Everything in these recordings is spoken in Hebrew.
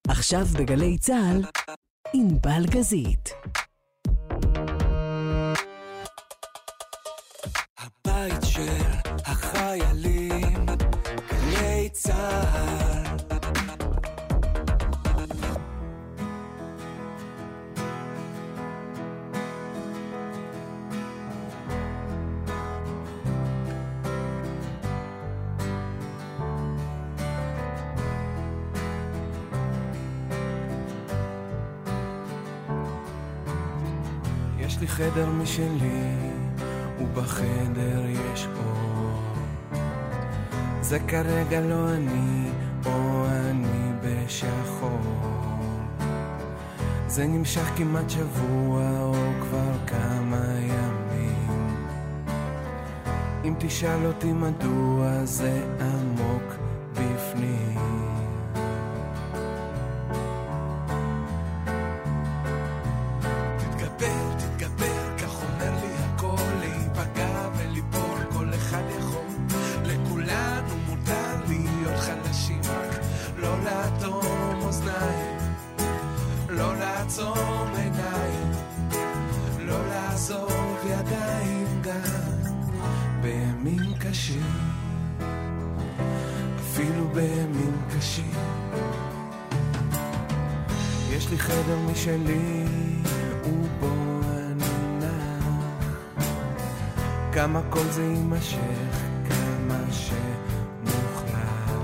עכשיו בגלי צהל, ענבל גזית. הבית של החיילים, גלי צהל. יש לי חדר משלי, ובחדר יש אור. זה כרגע לא אני, או אני בשחור. זה נמשך כמעט שבוע, או כבר כמה ימים. אם תשאל אותי מדוע, זה עמוק בפנים. אפילו בימים קשים יש לי חדר משלי ובו אני נח. כמה כל זה יימשך, כמה שמוחלט.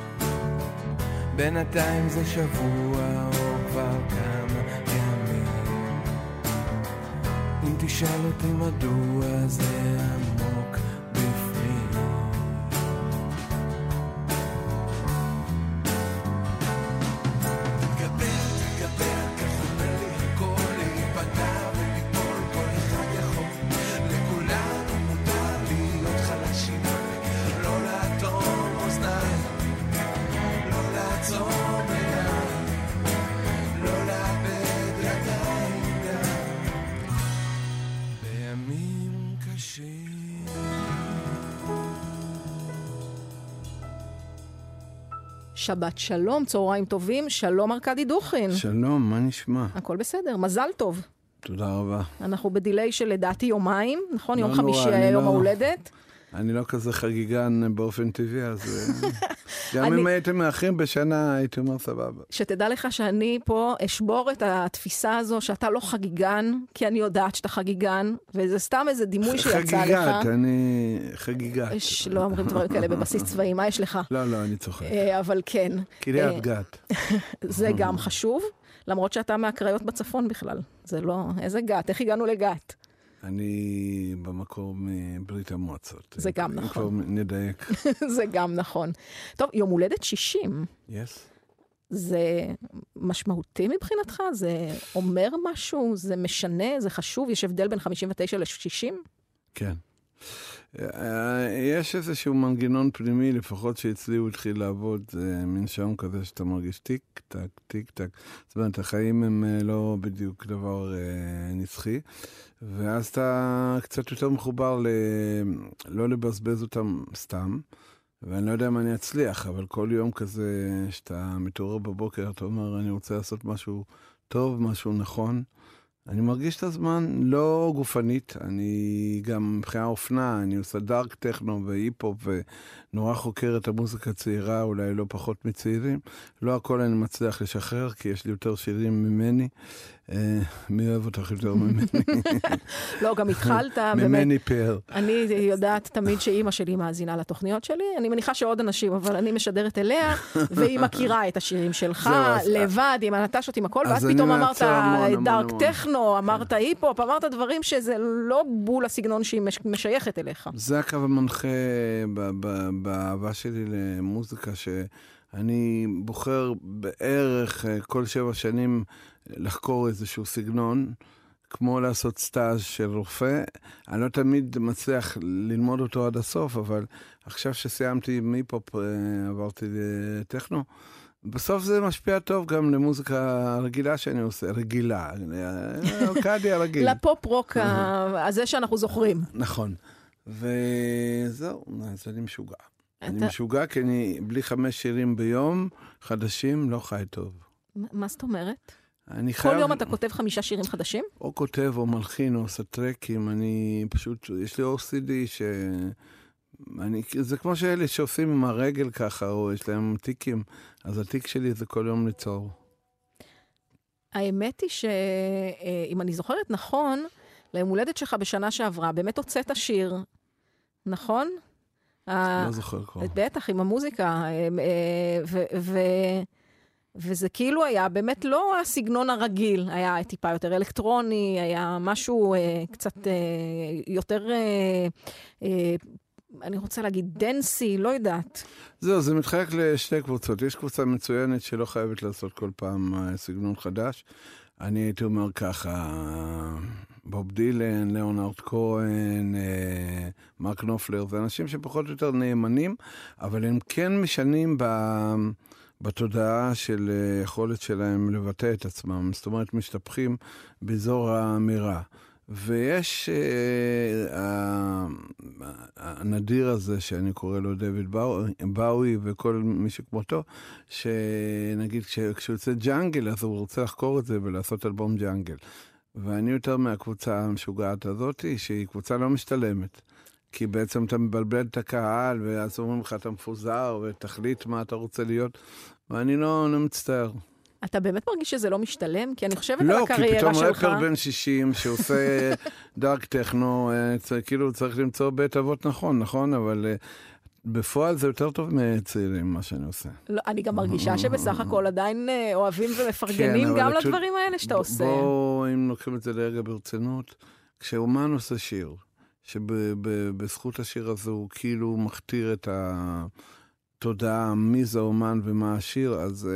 בינתיים זה שבוע או כבר כמה ימים. אם תשאל אותי מדוע, זה עמוק שבת שלום, צהריים טובים, שלום ארקדי דוכין. שלום, מה נשמע? הכל בסדר, מזל טוב. תודה רבה. אנחנו בדילי של לדעתי יומיים, נכון? יום חמישי היה יום ההולדת. אני לא כזה חגיגן באופן טבעי, אז גם אם הייתם מאחרים בשנה, הייתי אומר סבבה. שתדע לך שאני פה אשבור את התפיסה הזו, שאתה לא חגיגן, כי אני יודעת שאתה חגיגן, וזה סתם איזה דימוי שיצא לך. חגיגת, אני חגיגת. לא אומרים דברים כאלה בבסיס צבאי, מה יש לך? לא, אני צוחק. אבל כן. קריית גת. זה גם חשוב, למרות שאתה מהקריות בצפון בכלל. זה לא, איזה גת, איך הגענו לגת? אני במקור מברית המועצות. זה גם נכון. כבר נדייק. זה גם נכון. טוב, יום הולדת 60. Yes. זה משמעותי מבחינתך? זה אומר משהו? זה משנה? זה חשוב? יש הבדל בין 59 ל-60? כן. יש איזשהו מנגנון פנימי, לפחות שאצלי הוא התחיל לעבוד, מין שעון כזה שאתה מרגיש טיק, טק, טיק, טק. זאת אומרת, החיים הם לא בדיוק דבר נצחי, ואז אתה קצת יותר מחובר לא לבזבז אותם סתם, ואני לא יודע אם אני אצליח, אבל כל יום כזה שאתה מתעורר בבוקר, אתה אומר, אני רוצה לעשות משהו טוב, משהו נכון, אני מרגיש את הזמן לא גופנית, אני גם מבחינה אופנה, אני עושה דארק טכנו והיפ-הופ ונורא חוקר את המוזיקה הצעירה, אולי לא פחות מצעירים. לא הכל אני מצליח לשחרר, כי יש לי יותר שירים ממני. מי אוהב אותך יותר ממני? לא, גם התחלת. ממני פאר. אני יודעת תמיד שאימא שלי מאזינה לתוכניות שלי, אני מניחה שעוד אנשים, אבל אני משדרת אליה, והיא מכירה את השירים שלך, לבד, עם הנטשות, עם הכל, ואז פתאום אמרת דארק טכנו, אמרת היפ-הופ, אמרת דברים שזה לא בול הסגנון שהיא משייכת אליך. זה הקו המנחה באהבה שלי למוזיקה, שאני בוחר בערך כל 7 שנים לחקור איזשהו סגנון, כמו לעשות סטאז' של רופא. אני לא תמיד מצליח ללמוד אותו עד הסוף, אבל עכשיו שסיימתי עם היפ-הופ, עברתי לטכנו. בסוף זה משפיע טוב גם למוזיקה הרגילה שאני עושה, רגילה, ארקדי הרגיל. לפופ-רוק הזה שאנחנו זוכרים. נכון. וזהו, אז אני משוגע. אני משוגע כי אני בלי 5 שירים ביום חדשים לא חי טוב. מה זאת אומרת? אני כל יום אתה כותב 5 שירים חדשים? או כותב, או מלחין, או עושה טרקים. אני פשוט, יש לי OCD זה כמו שאלה שעושים עם הרגל ככה, או יש להם טיקים. אז הטיק שלי זה כל יום ליצור. האמת היא שאם אני זוכרת נכון, ליום הולדת שלך בשנה שעברה, באמת הוצאת שיר, נכון? לא זוכר כבר. בטח, עם המוזיקה. וזה כאילו היה באמת לא הסגנון הרגיל, היה טיפה יותר אלקטרוני, היה משהו קצת יותר, אני רוצה להגיד דנסי, לא יודעת. זהו, זה מתחלק לשתי קבוצות. יש קבוצה מצוינת שלא חייבת לעשות כל פעם סגנון חדש. אני הייתי אומר ככה, בוב דילן, ליאונרד כהן, מרק נופלר, זה אנשים שפחות או יותר נאמנים, אבל הם כן משנים בתודעה של יכולת שלהם לבטא את עצמם. זאת אומרת, משתפכים באזור האמירה. ויש הנדיר הזה, שאני קורא לו דויד באוי וכל מי שכמותו, שנגיד כשהוא יוצא ג'אנגל, אז הוא רוצה לחקור את זה ולעשות אלבום ג'אנגל. ואני יותר מהקבוצה המשוגעת הזאת, שהיא קבוצה לא משתלמת. כי בעצם אתה מבלבל את הקהל, ואז אומרים לך אתה מפוזר, ותחליט מה אתה רוצה להיות, ואני לא מצטער. אתה באמת מרגיש שזה לא משתלם? כי אני חושבת על הקריירה שלך. לא, כי פתאום רפר בן 60 שעושה דארק טכנו, כאילו צריך למצוא בית אבות נכון, אבל בפועל זה יותר טוב מצעירים מה שאני עושה. לא, אני גם מרגישה שבסך הכל עדיין אוהבים ומפרגנים גם לדברים האלה שאתה עושה. בואו, אם לוקחים את זה לרגע ברצינות, כשאומן עושה שיר, שבזכות השיר הזה הוא כאילו מכתיר את התודעה, מי זה אומן ומה השיר, אז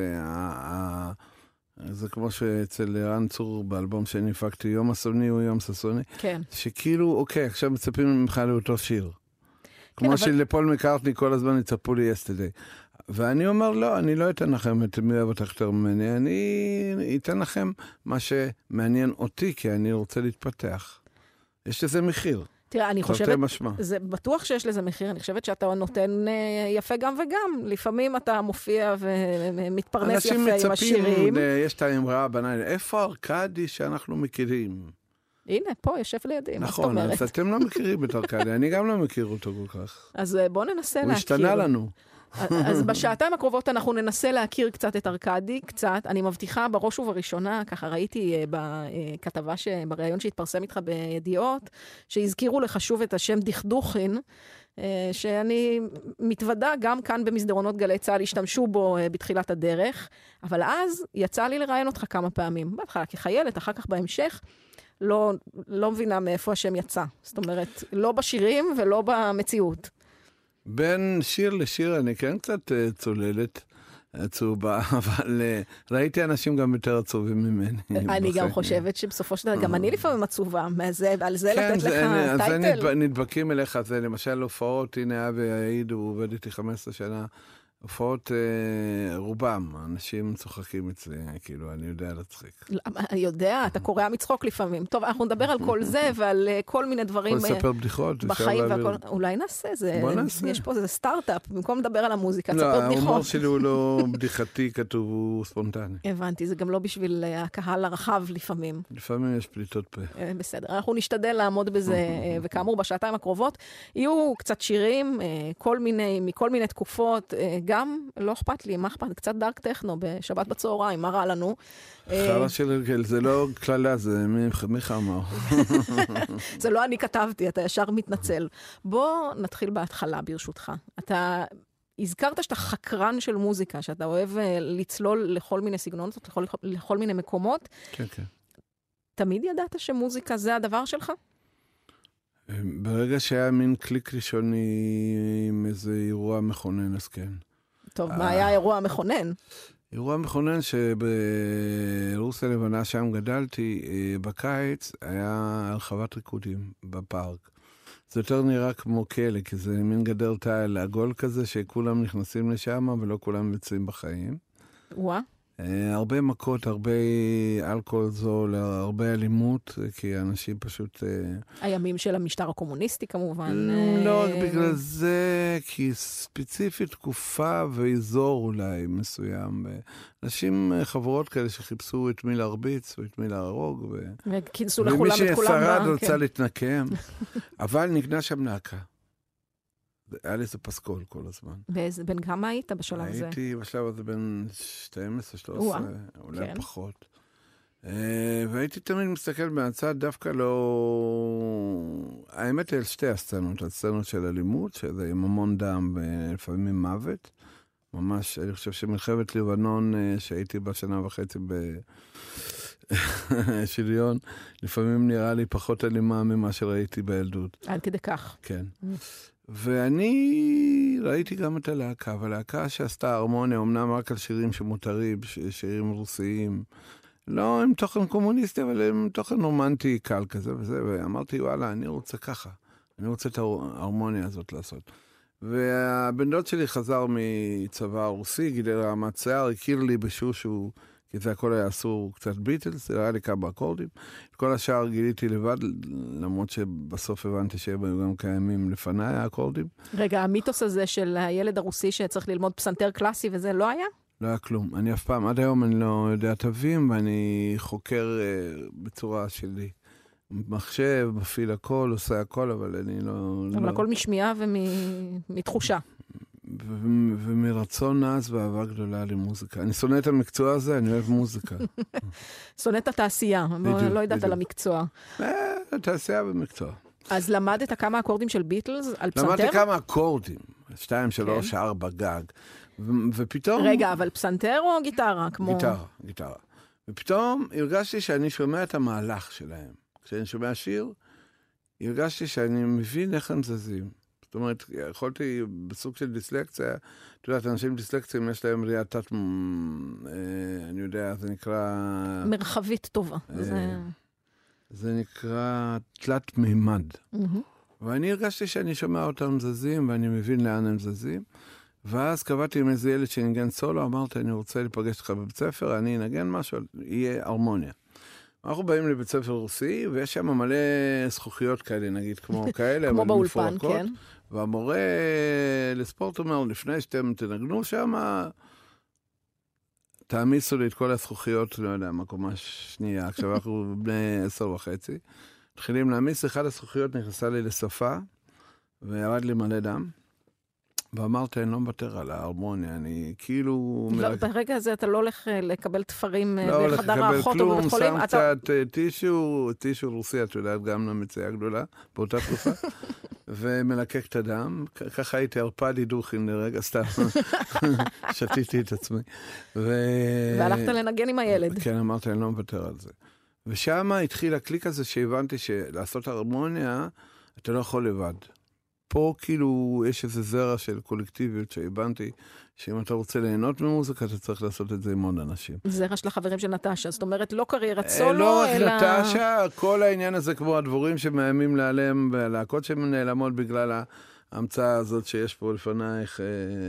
זה כמו שאצל רן צור באלבום שאני הפקתי, יום הסוני הוא יום ססוני, כן. שכאילו, אוקיי, עכשיו מצפים ממך לאותו שיר. כמו שלפול מקארטני כל הזמן יצפו לי יסטרדי. ואני אומר, לא, אני לא אתן לכם את מי אוהב אותך יותר ממני, אני אתן לכם מה שמעניין אותי, כי אני רוצה להתפתח. יש לזה מחיר. תראה, אני חושבת, זה בטוח שיש לזה מחיר, אני חושבת שאתה נותן יפה גם וגם. לפעמים אתה מופיע ומתפרנס יפה עם השירים. אנשים מצפים, יש את האמרה בניי, איפה ארקדי שאנחנו מכירים? הנה, פה יושב לידי, מה זאת אומרת? נכון, אז אתם לא מכירים את ארקדי, אני גם לא מכיר אותו כל כך. אז בואו ננסה להכיר. הוא השתנה לנו. אז בשעתיים הקרובות אנחנו ננסה להכיר קצת את ארקדי, קצת. אני מבטיחה בראש ובראשונה, ככה ראיתי בכתבה, בראיון שהתפרסם איתך בידיעות, שהזכירו לך שוב את השם דכדוכין, שאני מתוודה גם כאן במסדרונות גלי צהל, השתמשו בו בתחילת הדרך, אבל אז יצא לי לראיין אותך כמה פעמים, בהתחלה כחיילת, אחר כך בהמשך, לא מבינה מאיפה השם יצא. זאת אומרת, לא בשירים ולא במציאות. בין שיר לשיר אני כן קצת צוללת, עצובה, אבל ראיתי אנשים גם יותר עצובים ממני. אני גם חושבת שבסופו של דבר, גם אני לפעמים עצובה, על זה לתת לך טייטל. אז נדבקים אליך, זה למשל הופעות, הנה אבי העיד, הוא עובד איתי 15 שנה, הופעות רובם, אנשים צוחקים אצלי, כאילו, אני יודע להצחיק. אני יודע, אתה קורא מצחוק לפעמים. טוב, אנחנו נדבר על כל זה ועל כל מיני דברים לספר בדיחות, בחיים. אולי נעשה, יש פה איזה סטארט-אפ, במקום לדבר על המוזיקה, תספר בדיחות. לא, ההומור שלי הוא לא בדיחתי כתוב, הוא ספונטני. הבנתי, זה גם לא בשביל הקהל הרחב לפעמים. לפעמים יש פליטות פה. בסדר, אנחנו נשתדל לעמוד בזה, וכאמור, בשעתיים הקרובות יהיו קצת שירים, מכל מיני תקופות, גם, לא אכפת לי, מה אכפת? קצת דארק טכנו בשבת בצהריים, מה רע לנו? חרא של הרגל, זה לא כללה, זה מיכה אמר. זה לא אני כתבתי, אתה ישר מתנצל. בוא נתחיל בהתחלה, ברשותך. אתה הזכרת שאתה חקרן של מוזיקה, שאתה אוהב לצלול לכל מיני סגנונות, לכל מיני מקומות. כן, כן. תמיד ידעת שמוזיקה זה הדבר שלך? ברגע שהיה מין קליק ראשוני עם איזה אירוע מכונן, אז כן. טוב, מה היה האירוע המכונן? אירוע מכונן שברוסיה לבנה, שם גדלתי, בקיץ היה הרחבת ריקודים בפארק. זה יותר נראה כמו כלא, כי זה מין גדר תיל עגול כזה, שכולם נכנסים לשם ולא כולם יוצאים בחיים. וואה. הרבה מכות, הרבה אלכוהול זול, הרבה אלימות, כי אנשים פשוט... הימים של המשטר הקומוניסטי כמובן. לא רק בגלל זה, כי ספציפית תקופה ואזור אולי מסוים. אנשים, חברות כאלה שחיפשו את מי להרביץ ואת מי להרוג. וכינסו לכולם את כולם. ומי ששרד רצה להתנקם. אבל נגנה שם להקה. היה לי זה פסקול כל הזמן. בן כמה היית בשלב הזה? הייתי בשלב הזה בין 12, 13, אולי פחות. והייתי תמיד מסתכל מהצד, דווקא לא... האמת היא על שתי הסצנות, הסצנות של אלימות, שזה עם המון דם ולפעמים מוות. ממש, אני חושב שמלחמת לבנון, שהייתי בשנה וחצי בשריון, לפעמים נראה לי פחות אלימה ממה שראיתי בילדות. עד כדי כך. כן. ואני ראיתי גם את הלהקה, והלהקה שעשתה הרמוניה, אמנם רק על שירים שמותרים, שירים רוסיים, לא עם תוכן קומוניסטי, אבל עם תוכן רומנטי קל כזה וזה, ואמרתי, וואלה, אני רוצה ככה, אני רוצה את ההרמוניה הזאת לעשות. והבן דוד שלי חזר מצבא הרוסי, גידל רמת שיער, הכיר לי בשושו, כי זה הכל היה אסור, קצת ביטלס, זה היה לי כמה אקורדים. את כל השאר גיליתי לבד, למרות שבסוף הבנתי שהם היו גם קיימים לפניי האקורדים. רגע, המיתוס הזה של הילד הרוסי שצריך ללמוד פסנתר קלאסי וזה לא היה? לא היה כלום. אני אף פעם, עד היום אני לא יודע תווים, ואני חוקר בצורה שלי. מחשב, מפעיל הכל, עושה הכל, אבל אני לא... אבל הכל משמיעה ומתחושה. ומרצון נעז ואהבה גדולה למוזיקה. אני שונא את המקצוע הזה, אני אוהב מוזיקה. שונא את התעשייה, לא יודעת על המקצוע. התעשייה במקצוע. אז למדת כמה אקורדים של ביטלס על פסנתר? למדתי כמה אקורדים, 2, 3, 4 גג. ופתאום... רגע, אבל פסנתר או גיטרה? גיטרה. ופתאום הרגשתי שאני שומע את המהלך שלהם. כשאני שומע שיר, הרגשתי שאני מבין איך הם זזים. זאת אומרת, יכולתי בסוג של דיסלקציה, אתה יודעת, אנשים דיסלקציים יש להם ראייה תת, אני יודע, זה נקרא... מרחבית טובה. זה נקרא תלת מימד. ואני הרגשתי שאני שומע אותם זזים, ואני מבין לאן הם זזים. ואז קבעתי עם איזה ילד שנגן סולו, אמרתי, אני רוצה לפגש לך בבית ספר, אני אנגן משהו, יהיה הרמוניה. אנחנו באים לבית ספר רוסי, ויש שם מלא זכוכיות כאלה, נגיד, כמו כאלה, כמו באולפן, כן. והמורה לספורט אומר, לפני שאתם תנגנו שם, תעמיסו לי את כל הזכוכיות, לא יודע, מקומה שנייה, עכשיו אנחנו בני 10:30, מתחילים להעמיס, אחד הזכוכיות נכנסה לי לשפה, וירד לי מלא דם, ואמרתי, אני לא מוותר על ההרמוניה, אני כאילו... לא, ברגע הזה אתה לא הולך לקבל תפרים לא בחדר האחות או בבית חולים. שם קצת טישו רוסי, את יודעת, גם למציאה גדולה, באותה תקופה, ומלקק את הדם, ככה הייתי ערפדי דוכין לרגע, סתם, שתיתי את עצמי. והלכת לנגן עם הילד. כן, אמרתי, אני לא מוותר על זה. ושם התחיל הקליק הזה שהבנתי שלעשות הרמוניה, אתה לא יכול לבד. פה כאילו יש איזה זרע של קולקטיביות שהבנתי, שאם אתה רוצה ליהנות ממוזיקה, אתה צריך לעשות את זה עם עוד אנשים. זרע של החברים של נטשה, זאת אומרת לא קריירת סולו, לא רק נטשה, כל העניין הזה כמו הדבורים שמאיימים להיעלם, והלהקות שנעלמות בגלל ההמצאה הזאת שיש פה לפנייך.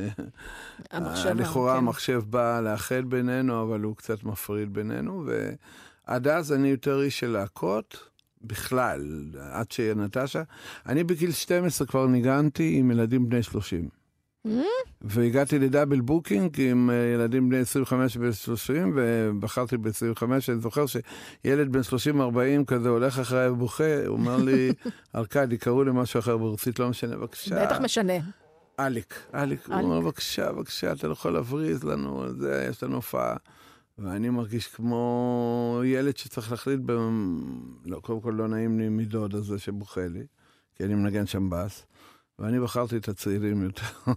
לכאורה המחשב בא לאחד בינינו, אבל הוא קצת מפריד בינינו, ועד אז אני יותר איש של להקות, בכלל, עד שיהיה נטשה. אני בגיל 12 כבר ניגנתי עם ילדים בני 30. והגעתי לדאבל בוקינג עם ילדים בני 25 ו-30, ובחרתי ב-25, אני זוכר שילד בן 30-40 כזה הולך אחריי ובוכה, הוא אומר לי, ארקדי, קראו לי משהו אחר ברוסית, לא משנה, בבקשה. בטח משנה. אליק, הוא אומר, בבקשה, אתה לא יכול להבריז לנו, זה, יש לנו הופעה. ואני מרגיש כמו ילד שצריך להחליט לא, קודם כל לא נעים לי מדוד הזה שבוכה לי, כי אני מנגן שם בס, ואני בחרתי את הצעירים יותר.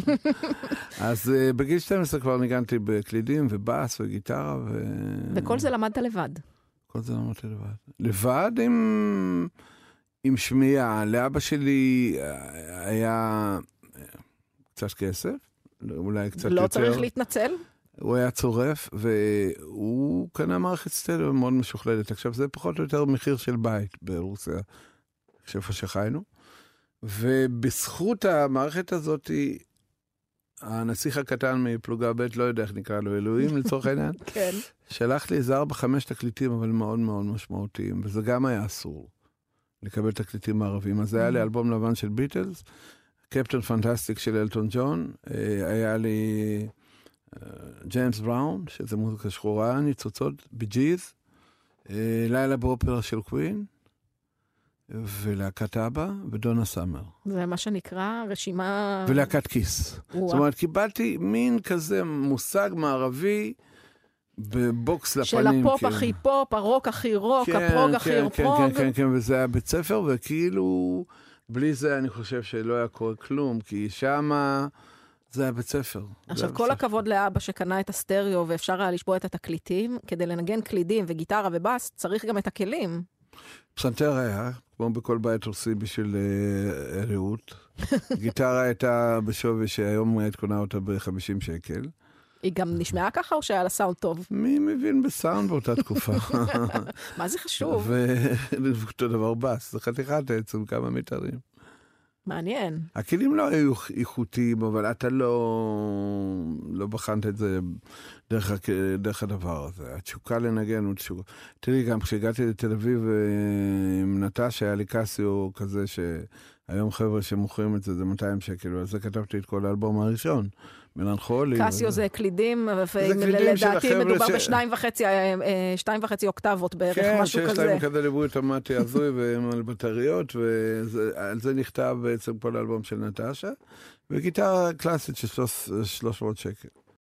אז בגיל 12 כבר ניגנתי בקלידים ובס וגיטרה. וכל זה למדת לבד? כל זה למדתי לבד. לבד עם שמיעה. לאבא שלי היה קצת כסף, אולי קצת יותר. לא צריך להתנצל? הוא היה צורף, והוא קנה מערכת סטריאו מאוד משוכללת. עכשיו, זה פחות או יותר מחיר של בית ברוסיה, איפה שחיינו. ובזכות המערכת הזאת, הנסיך הקטן מפלוגה ב', לא יודע איך נקרא לו, אלוהים לצורך העניין, כן. שלח לי איזה 4-5 תקליטים, אבל מאוד מאוד משמעותיים, וזה גם היה אסור, לקבל תקליטים מערבים. אז היה לי אלבום לבן של ביטלס, קפטן פנטסטיק של אלטון ג'ון, היה לי ג'יימס בראון, שזה מוזיקה שחורה, ניצוצות, ביג'יז, לילה באופרה של קווין, ולהקת אבא, ודונה סאמר. זה מה שנקרא רשימה... ולהקת כיס. זאת אומרת, קיבלתי מין כזה מושג מערבי, בבוקס לפנים. של הפופ הכי פופ, הרוק הכי רוק, הפרוג הכי פרוג. כן, כן, וזה היה בית ספר, וכאילו, בלי זה אני חושב שלא היה קורה כלום, כי שמה זה היה בית ספר. עכשיו, כל הכבוד לאבא שקנה את הסטריאו, ואפשר היה לשבוע את התקליטים, כדי לנגן קלידים וגיטרה ובאס, צריך גם את הכלים. פסנתר היה, כמו בכל בית עושים בשביל רעות. גיטרה הייתה בשווי שהיום היית קונה אותה ב-50 שקל. היא גם נשמעה ככה או שהיה לה סאונד טוב? מי מבין בסאונד באותה תקופה? מה זה חשוב? ואותו דבר בס, זה חתיכת עצם כמה מיתרים. מעניין. הכלים לא היו איכותיים, אבל אתה לא בחנת את זה דרך הדבר הזה. התשוקה לנגן הוא תשוקה. תראי, גם כשהגעתי לתל אביב עם נטשה, היה לי קסיו כזה שהיום חבר'ה שמוכרים את זה, זה 200 שקל, ועל זה כתבתי את כל האלבום הראשון. מלנכולי. קסיו זה קלידים, ולדעתי מדובר ב2.5 אוקטבות בערך, משהו כזה. כן, שיש להם כזה ליווי אוטומטי הזוי, והם על בטריות, ועל זה נכתב בעצם כל האלבום של נטשה, וגיטרה קלאסית של 300 שקל.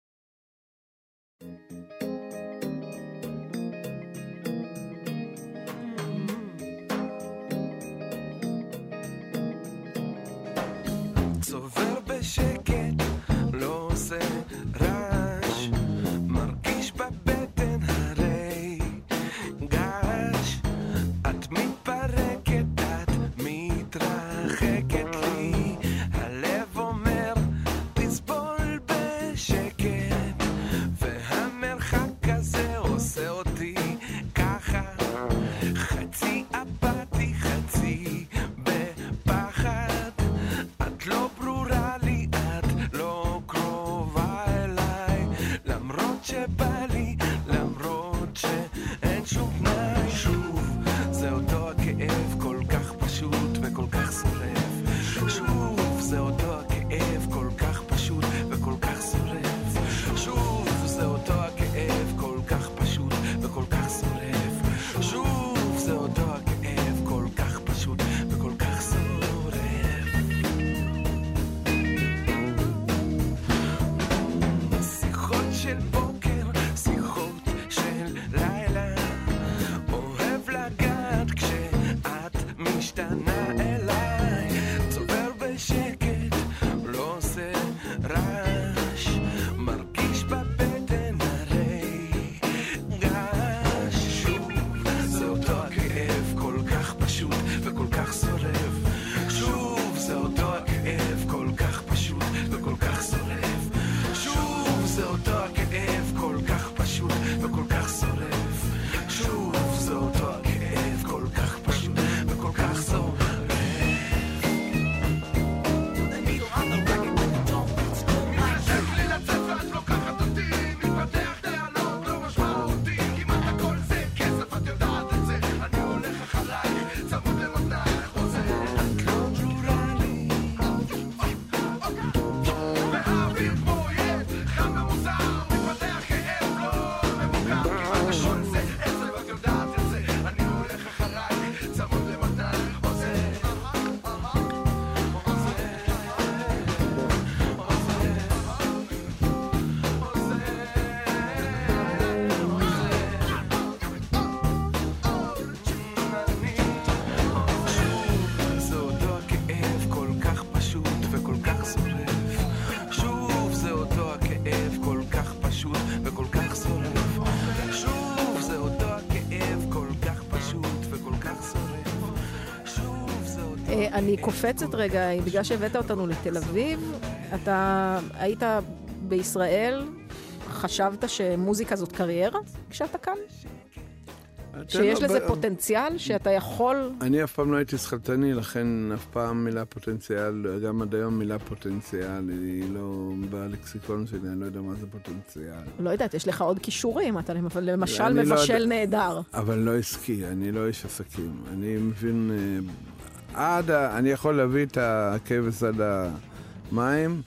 צובר בשקט, לא עושה רעש, מרגיש בבטן הרי גש, את מתפרקת, את מתרחקת לי, הלב אומר תסבול בשקט, והמרחק הזה עושה אותי ככה, חצי אפתי, חצי בפחד, את לא ברורה לי, את לא קרובה אליי, למרות שבא לי, למרות שאין שום תנאי. שוב, זה אותו הכאב כל כך פשוט וכל כך שורף. שוב, זה אותו הכאב כל כך פשוט וכל כך שורף. שוב, זה אותו הכאב כל כך פשוט וכל כך שורף. שוב, זה אותו הכאב כל כך פשוט וכל כך שורף. שיחות של בוקר, שיחות של לילה, אוהב לגעת כשאת משתנה אליי, צובר בשקט, לא עושה רעש, מרגיש בבטן הרי גש. שוב, זה אותו הכאב כל כך פשוט וכל כך שורף. שוב, זה אותו הכאב כל כך פשוט וכל כך שורף. שוב, זה אותו הכאב כל כך פשוט וכל כך שורף. שוב, זה אותו הכאב כל כך פשוט וכל כך שורף. אני קופצת רגע, בגלל שהבאת אותנו לתל אביב, אתה היית בישראל, חשבת שמוזיקה זאת קריירה כשאתה כאן? שיש לזה פוטנציאל שאתה יכול... אני אף פעם לא הייתי שכלתני, לכן אף פעם מילה פוטנציאל, גם עד היום מילה פוטנציאל, היא לא בלקסיקון שלי, אני לא יודע מה זה פוטנציאל. לא יודעת, יש לך עוד כישורים, אתה למשל מבשל נהדר. אבל לא עסקי, אני לא איש עסקים. אני מבין, אני יכול להביא את הכבש עד המים,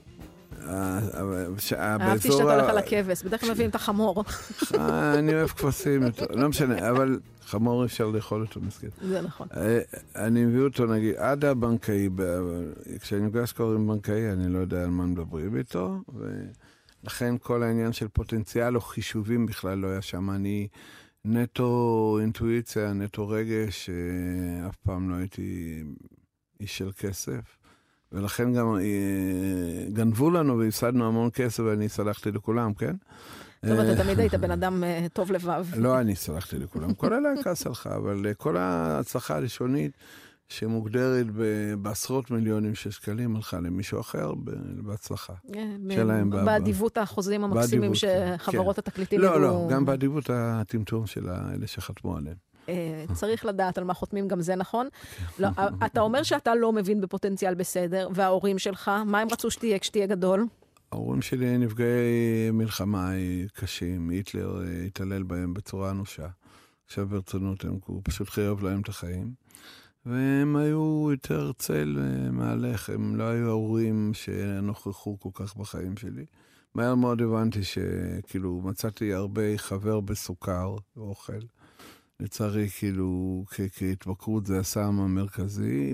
אהבתי שאתה הולך על הכבש, בדרך כלל מביאים את החמור. אני אוהב כבשים יותר, לא משנה, אבל חמור אפשר לאכול אותו מסכן. זה נכון. אני מביא אותו נגיד עד הבנקאי, כשאני נפגש כבר עם בנקאי, אני לא יודע על מה מדברים איתו, ולכן כל העניין של פוטנציאל או חישובים בכלל לא היה שם. אני נטו אינטואיציה, נטו רגש, אף פעם לא הייתי איש של כסף. ולכן גם גנבו לנו והפסדנו המון כסף ואני סלחתי לכולם, כן? זאת אומרת, אתה תמיד היית בן אדם טוב לבב. לא, אני סלחתי לכולם. כל הלהקה סלחה, אבל כל ההצלחה הראשונית שמוגדרת בעשרות מיליונים של שקלים הלכה למישהו אחר בהצלחה שלהם. באדיבות החוזים המקסימים שחברות התקליטים ידעו. לא, גם באדיבות הטמטום של אלה שחתמו עליהם. צריך לדעת על מה חותמים, גם זה נכון. אתה אומר שאתה לא מבין בפוטנציאל בסדר, וההורים שלך, מה הם רצו שתהיה כשתהיה גדול? ההורים שלי נפגעי מלחמה קשים, היטלר התעלל בהם בצורה אנושה. עכשיו ברצונות הוא פשוט חייב להם את החיים. והם היו יותר צל מהלך, הם לא היו ההורים שנוכחו כל כך בחיים שלי. מהר מאוד הבנתי שכאילו מצאתי הרבה חבר בסוכר ואוכל. לצערי, כאילו, כהתבקרות זה הסם המרכזי,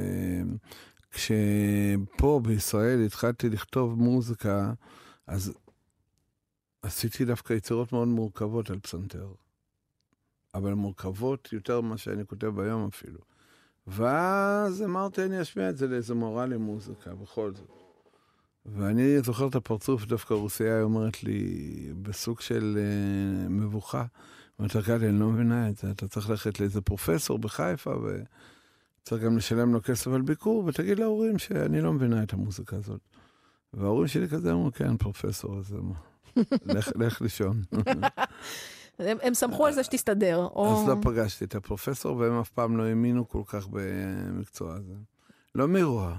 וכשפה בישראל התחלתי לכתוב מוזיקה, אז עשיתי דווקא יצירות מאוד מורכבות על פסנתר. אבל מורכבות יותר ממה שאני כותב היום אפילו. ואז אמרתי, אני אשמיע את זה לאיזה מורה למוזיקה, בכל זאת. ואני זוכר את הפרצוף, דווקא רוסיה היא אומרת לי, בסוג של מבוכה, ומתרקד, אני לא מבינה את זה, אתה צריך ללכת לאיזה פרופסור בחיפה, וצריך גם לשלם לו כסף על ביקור, ותגיד להורים שאני לא מבינה את המוזיקה הזאת. וההורים שלי כזה אמרו, כן, פרופסור, אז לך לישון. הם שמחו על זה שתסתדר. אז לא פגשתי את הפרופסור, והם אף פעם לא האמינו כל כך במקצוע הזה. לא מרוע,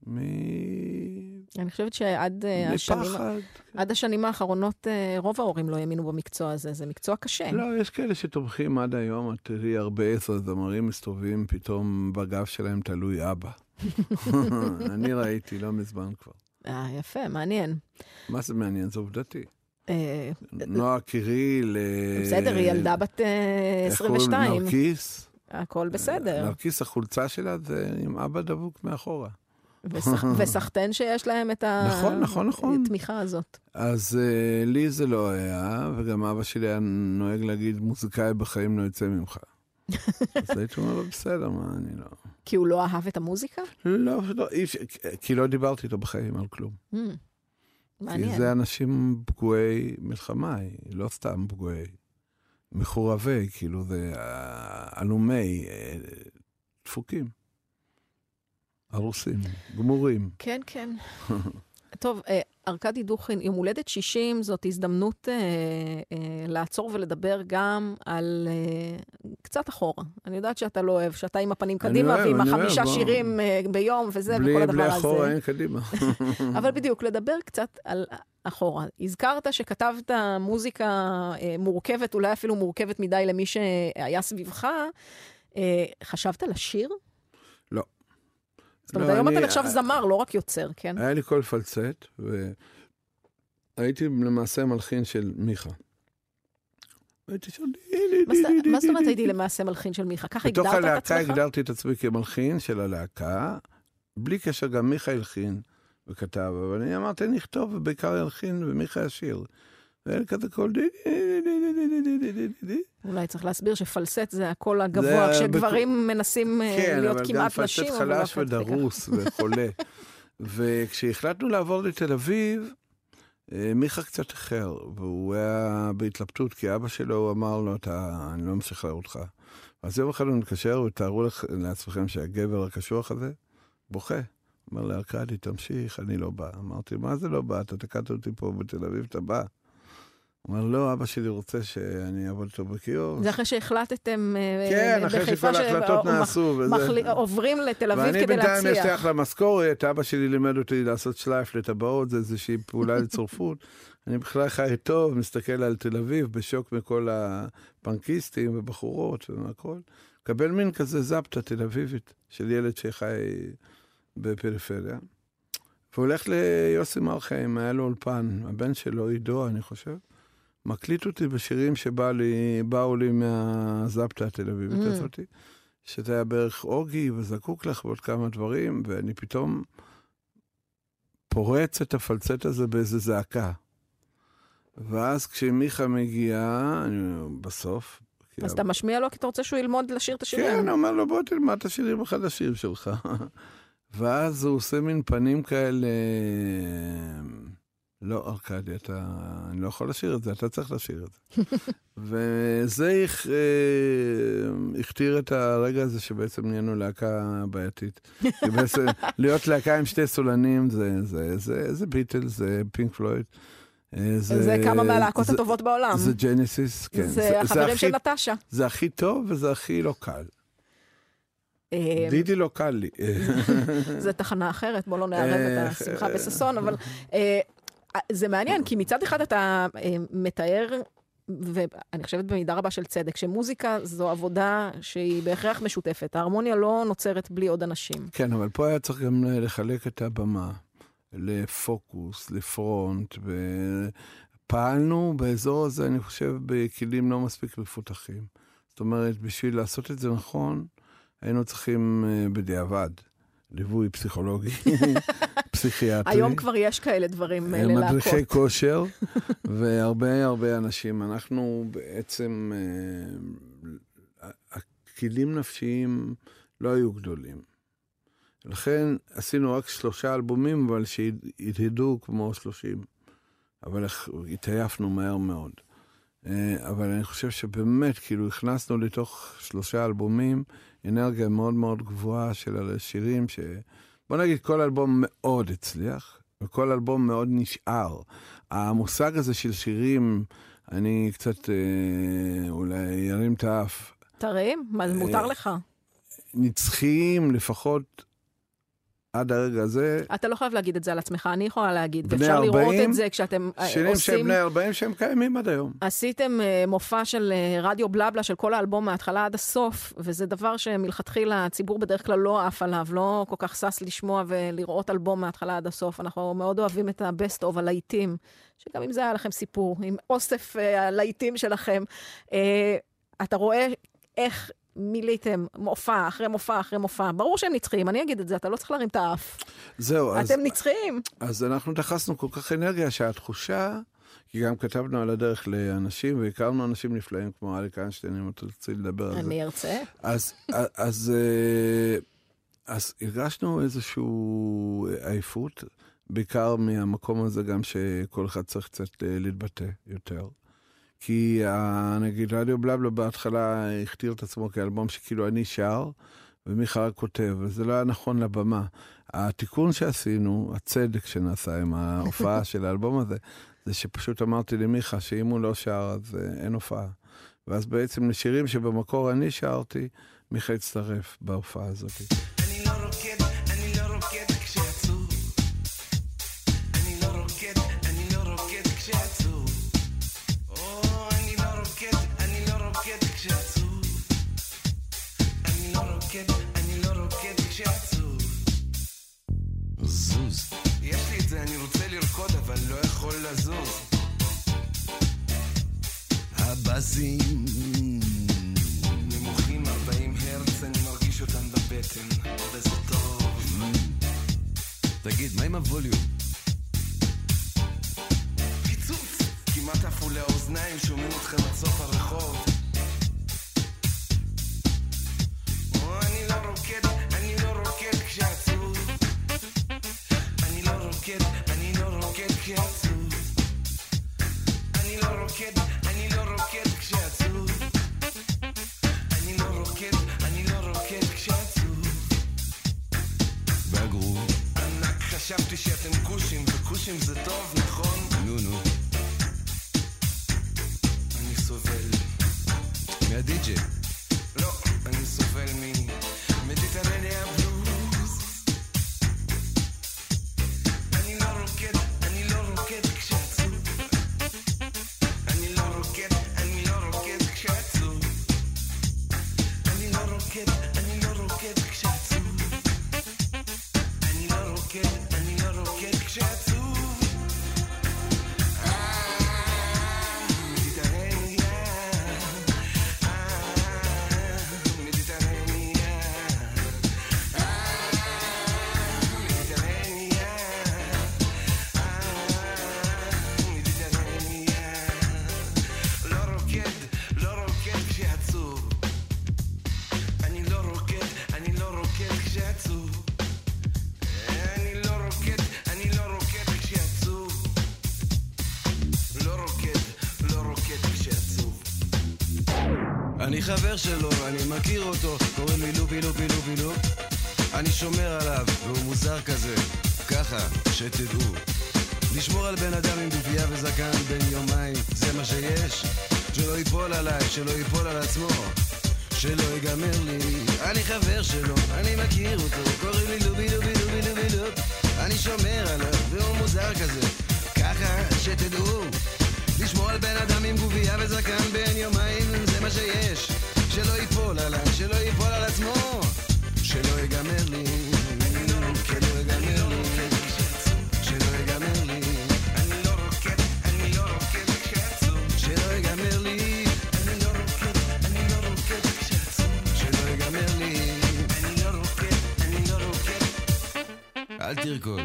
אני חושבת שעד השנים האחרונות רוב ההורים לא האמינו במקצוע הזה, זה מקצוע קשה. לא, יש כאלה שתומכים עד היום, את תראי הרבה זמרים מסתובבים, פתאום בגב שלהם תלוי אבא. אני ראיתי, לא מזמן כבר. יפה, מעניין. מה זה מעניין? זה עובדתי. נועה קיריל... בסדר, היא ילדה בת 22. איך קוראים? נרקיס? הכל בסדר. נרקיס, החולצה שלה זה עם אבא דבוק מאחורה. וסחטן שיש להם את התמיכה הזאת. אז לי זה לא היה, וגם אבא שלי היה נוהג להגיד, מוזיקאי בחיים לא יצא ממך. אז הייתי אומר לו, בסדר, מה, אני לא... כי הוא לא אהב את המוזיקה? לא, כי לא דיברתי איתו בחיים על כלום. מעניין. כי זה אנשים פגועי מלחמה, לא סתם פגועי. מחורבי, כאילו, זה אלומי, דפוקים. הרוסים, גמורים. כן, כן. טוב, ארקדי דוכין, יום הולדת 60, זאת הזדמנות לעצור ולדבר גם על קצת אחורה. אני יודעת שאתה לא אוהב, שאתה עם הפנים קדימה, ועם 5 שירים ביום וזה, וכל הדבר הזה. בלי אחורה אין קדימה. אבל בדיוק, לדבר קצת על אחורה. הזכרת שכתבת מוזיקה מורכבת, אולי אפילו מורכבת מדי למי שהיה סביבך. חשבת לשיר? לא. זאת אומרת, היום אתה נחשב זמר, לא רק יוצר, כן? היה לי קול פלצט, והייתי למעשה מלחין של מיכה. הייתי שם... מה זאת אומרת הייתי למעשה מלחין של מיכה? ככה הגדרת את עצמך? בתוך הלהקה הגדרתי את עצמי כמלחין של הלהקה, בלי קשר גם מיכה הלחין וכתב, אבל אני אמרתי, אני אכתוב, ובעיקר ילחין, ומיכה ישיר. ואין כזה קול אולי צריך להסביר שפלסט זה הקול הגבוה, כשגברים מנסים להיות כמעט נשים. כן, אבל גם פלסט חלש ודרוס וחולה. וכשהחלטנו לעבור לתל אביב, מיכה קצת אחר, והוא היה בהתלבטות, כי אבא שלו אמר לו, אני לא משחרר אותך. אז יום אחד הוא מתקשר, ותארו לעצמכם שהגבר הקשוח הזה בוכה. אמר לארקדי, תמשיך, אני לא בא. אמרתי, מה זה לא בא? אתה תקעת אותי פה בתל אביב, אתה בא. הוא אומר, לא, אבא שלי רוצה שאני אעבוד אותו בקיוסק. זה אחרי שהחלטתם כן, אחרי שכל ההחלטות נעשו. עוברים לתל אביב כדי להצליח. ואני בינתיים אשתייך למשכורת, אבא שלי לימד אותי לעשות שלייף לטבעות, זה איזושהי פעולה לצורפות. אני בכלל חי טוב, מסתכל על תל אביב, בשוק מכל הפנקיסטים ובחורות והכל. קבל מין כזה זפטה תל אביבית של ילד שחי בפריפריה. והולך ליוסי מרחיים, היה לו אולפן, הבן שלו, עידו, אני חושב. מקליט אותי בשירים שבאו לי מהזפטה התל אביבית הזאת, שזה היה בערך אוגי וזקוק לך ועוד כמה דברים, ואני פתאום פורץ את הפלצט הזה באיזה זעקה. ואז כשמיכה מגיעה, בסוף... אז אתה משמיע לו כי אתה רוצה שהוא ילמוד לשיר את השירים. כן, הוא אומר לו, בוא תלמד את השירים החדשים שלך. ואז הוא עושה מין פנים כאלה... לא, ארקדי, אני לא יכול לשיר את זה, אתה צריך לשיר את זה. וזה הכתיר את הרגע הזה שבעצם נהיינו להקה בעייתית. בעצם להיות להקה עם שתי סולנים, זה ביטלס, זה פינק פלויד. זה כמה מהלהקות הטובות בעולם. זה ג'נסיס, כן. זה החברים של נטשה. זה הכי טוב וזה הכי לא קל. דידי לא קל לי. זה תחנה אחרת, בוא לא נערב את השמחה בססון, אבל... זה מעניין, כי מצד אחד אתה מתאר, ואני חושבת במידה רבה של צדק, שמוזיקה זו עבודה שהיא בהכרח משותפת. ההרמוניה לא נוצרת בלי עוד אנשים. כן, אבל פה היה צריך גם לחלק את הבמה, לפוקוס, לפרונט, ופעלנו באזור הזה, אני חושב, בכלים לא מספיק מפותחים. זאת אומרת, בשביל לעשות את זה נכון, היינו צריכים בדיעבד. ליווי פסיכולוגי, פסיכיאטרי. היום כבר יש כאלה דברים ללהקות. מדריכי כושר, והרבה אנשים. אנחנו בעצם, הכלים נפשיים לא היו גדולים. לכן עשינו רק 3 אלבומים, אבל שהתהדו כמו 30. אבל התעייפנו מהר מאוד. אבל אני חושב שבאמת, כאילו, הכנסנו לתוך 3 אלבומים, אנרגיה מאוד מאוד גבוהה של השירים, בוא נגיד, כל אלבום מאוד הצליח, וכל אלבום מאוד נשאר. המושג הזה של שירים, אני קצת אולי ירים את האף. תרים? מה זה מותר לך? נצחיים לפחות עד הרגע הזה. אתה לא חייב להגיד את זה על עצמך, אני יכולה להגיד. ואפשר לראות את זה כשאתם שירים שהם בני 40 שהם קיימים עד היום. עשיתם מופע של רדיו בלבלה של כל האלבום מההתחלה עד הסוף, וזה דבר שמלכתחילה הציבור בדרך כלל לא עף עליו, לא כל כך סס לשמוע ולראות אלבום מההתחלה עד הסוף. אנחנו מאוד אוהבים את ה-best of הלהיטים, שגם אם זה היה לכם סיפור, עם אוסף הלהיטים שלכם, אתה רואה איך מיליתם מופע אחרי מופע אחרי מופע. ברור שהם נצחיים, אני אגיד את זה, אתה לא צריך להרים את האף. זהו. אתם נצחיים. אז אנחנו דחסנו כל כך אנרגיה שהתחושה, כי גם כתבנו על הדרך לאנשים, והכרנו אנשים נפלאים כמו אריק איינשטיין, אם אתה רוצה לדבר על זה. אני ארצה. אז הרגשנו איזשהו עייפות, בעיקר מהמקום הזה גם שכל אחד צריך קצת להתבטא יותר. כי נגיד רדיו בלבלה בהתחלה הכתיר את עצמו כאלבום שכאילו אני שר, ומיכה רק כותב, וזה לא היה נכון לבמה. התיקון שעשינו, הצדק שנעשה עם ההופעה של האלבום הזה, זה שפשוט אמרתי למיכה שאם הוא לא שר, אז אין הופעה. ואז בעצם לשירים שבמקור אני שרתי, מיכה הצטרף בהופעה הזאת. אני לא רוקד, אני לא רוקד כשעצוב. אני לא רוקד, אני לא רוקד כשעצוב. אני לא רוקד כשעצוב. זוז. יש לי את זה, אני רוצה לרקוד אבל לא יכול לזוז. הבזים נמוכים 40 הרץ, אני מרגיש אותם בבטן, וזה טוב. תגיד, מה עם הווליום? פיצוץ, כמעט עפו לאוזניים, שומעים אתכם עד סוף הרחוב. אני לא רוקד כשעצוב. אני לא רוקד כשעצוב. אני לא רוקד כשעצוב. אני לא רוקד כשעצוב. בגרו. ענק, חשבתי שאתם קושים, וקושים זה טוב, נכון? נו. הדי-ג'יי. לא, אני סובל ממדיטרניה בלוז. אני לא רוקד כשעצוב. אני לא רוקד כשעצוב. אני לא רוקד כשעצוב. אני לא רוקד כשעצוב. אני חבר שלו, אני מכיר אותו, קוראים לי לופי. אני שומר עליו, והוא מוזר כזה, ככה, שתדעו. לשמור על בן אדם עם גופייה וזקן בין יומיים, זה מה שיש. שלא ייפול עליי, שלא ייפול על עצמו, שלא ייגמר לי. אני חבר שלו, אני מכיר אותו, קוראים לי לופי. אני שומר עליו, והוא מוזר כזה, ככה, שתדעו. לשמור על בן אדם עם גופייה וזקן בין יומיים, זה מה שיש. שלא ייפול עליי, שלא ייפול על עצמו, שלא ייגמר לי, שלא ייגמר לי, שלא ייגמר לי. אני לא רוקד כשעצוב. שלא ייגמר לי, אני לא רוקד כשעצוב. שלא ייגמר לי. אני לא רוקד. אל תרקוד.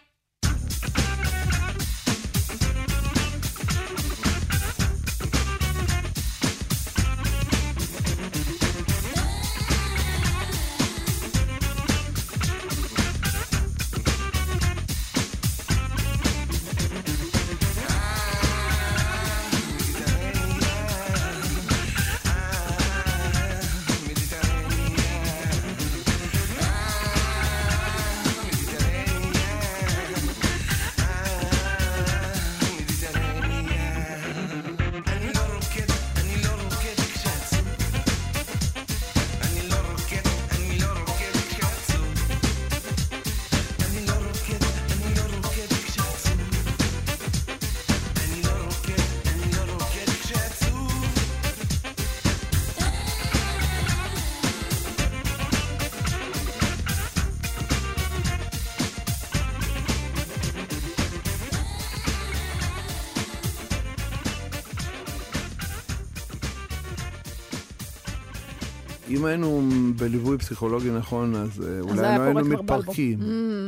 אם היינו בליווי פסיכולוגי נכון, אז אולי לא היינו מתפרקים.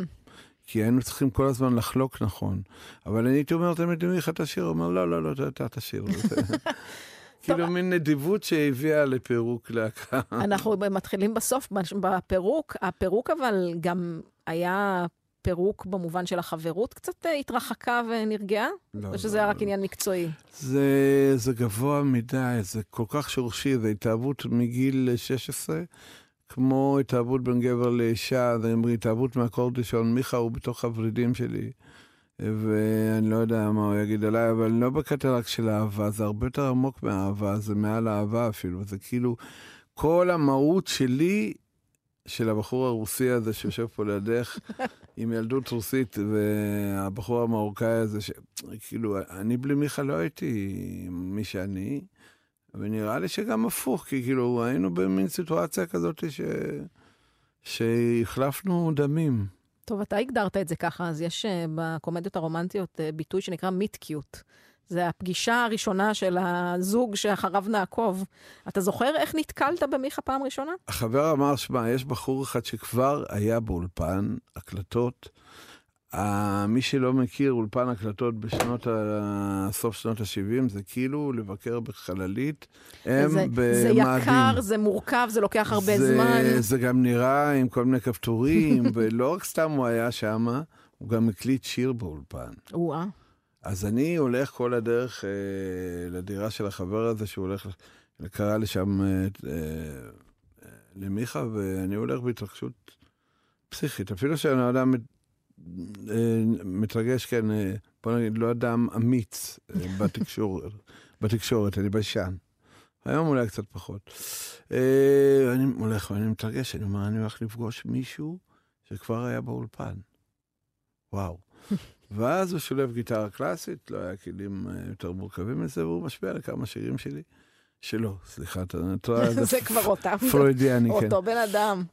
כי היינו צריכים כל הזמן לחלוק נכון. אבל אני הייתי אומר, תמיד איך אתה שיר? הוא אומר, לא, אתה תשיר. כאילו מין נדיבות שהביאה לפירוק להקה. אנחנו מתחילים בסוף, בפירוק. הפירוק אבל גם היה פירוק במובן של החברות קצת התרחקה ונרגעה? או שזה היה רק עניין מקצועי? זה גבוה מדי, זה כל כך שורשי, זה התאהבות מגיל 16, כמו התאהבות בין גבר לאישה, זה התאהבות מהקורדישון, מיכה הוא בתוך הורידים שלי, ואני לא יודע מה הוא יגיד עליי, אבל לא בקטע רק של אהבה, זה הרבה יותר עמוק מהאהבה, זה מעל האהבה אפילו, זה כאילו כל המהות שלי, של הבחור הרוסי הזה שיושב פה לידך, עם ילדות רוסית, והבחור המרוקאי הזה, כאילו, אני בלי מיכה לא הייתי מי שאני, ונראה לי שגם הפוך, כי כאילו, היינו במין סיטואציה כזאת שהחלפנו דמים. טוב, אתה הגדרת את זה ככה, אז יש בקומדיות הרומנטיות ביטוי שנקרא מיט-קיוט. זה הפגישה הראשונה של הזוג שאחריו נעקוב. אתה זוכר איך נתקלת במיכה פעם ראשונה? החבר אמר, שמה, יש בחור אחד שכבר היה באולפן הקלטות. מי שלא מכיר, אולפן הקלטות סוף שנות ה-70, זה כאילו לבקר בחללית. זה יקר, זה מורכב, זה לוקח הרבה זמן. זה גם נראה עם כל מיני כפתורים, ולא רק סתם הוא היה שם, הוא גם הקליט שיר באולפן. וואה. אז אני הולך כל הדרך לדירה של החבר הזה, שהוא הולך, קרא לשם למיכה, ואני הולך בהתרגשות פסיכית. אפילו שאני אדם מתרגש, כן, בוא נגיד, לא אדם אמיץ בתקשורת, אני בשן. היום אולי קצת פחות. אני הולך ואני מתרגש, אני אומר, אני הולך לפגוש מישהו שכבר היה באולפן. וואו. ואז הוא שולב גיטרה קלאסית, לא היה כלים יותר מורכבים מזה, והוא משפיע על כמה שירים שלי. שלא, סליחה, זה כבר אותם. פרוידיאני, כן. אותו בן אדם.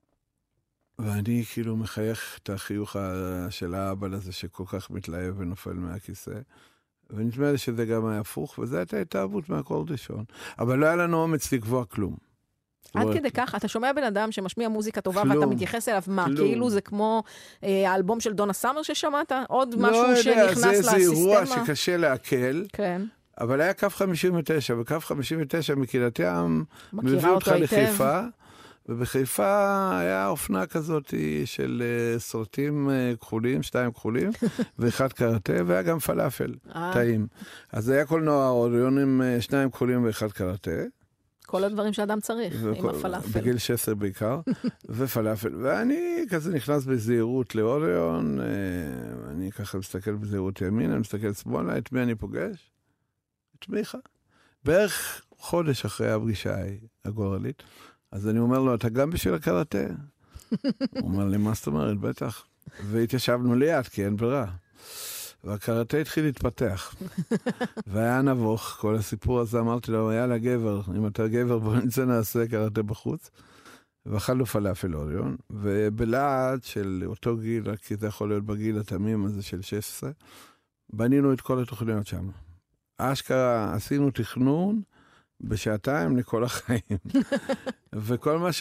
ואני כאילו מחייך את החיוך של האבא הזה שכל כך מתלהב ונופל מהכיסא. ונדמה לי שזה גם היה הפוך, וזה הייתה התאהבות מהאקורד ראשון. אבל לא היה לנו אומץ לקבוע כלום. עד כדי כך, אתה שומע בן אדם שמשמיע מוזיקה טובה, ואתה מתייחס אליו מה? כאילו זה כמו האלבום של דונה סאמר ששמעת? עוד משהו שנכנס לסיסטמה? זה אירוע שקשה להקל. כן. אבל היה קו 59, וקו 59 מקהילת ים מביא אותך לחיפה, ובחיפה היה אופנה כזאת של סרטים כחולים, 2 כחולים, ואחד קראטה, והיה גם פלאפל, טעים. אז היה קולנוע אוריון עם 2 כחולים ואחד קראטה. כל הדברים שאדם צריך, עם הפלאפל. בגיל 16 בעיקר, ופלאפל. ואני כזה נכנס בזהירות לאוריון, אני ככה מסתכל בזהירות ימין, אני מסתכל שמאלה, את מי אני פוגש? את מיכה. בערך חודש אחרי הפגישה הגורלית, אז אני אומר לו, אתה גם בשביל הקראטה? הוא אומר לי, מה זאת אומרת? בטח. והתיישבנו ליד, כי אין ברירה. והקראטה התחיל להתפתח. והיה נבוך, כל הסיפור הזה, אמרתי לו, יאללה גבר, אם אתה גבר, בוא נצא נעשה קראטה בחוץ. ואכלנו פלאפל אוריון, ובלעד של אותו גיל, כי זה יכול להיות בגיל התמים הזה של 16, בנינו את כל התוכניות שם. אשכרה, עשינו תכנון בשעתיים לכל החיים. וכל מה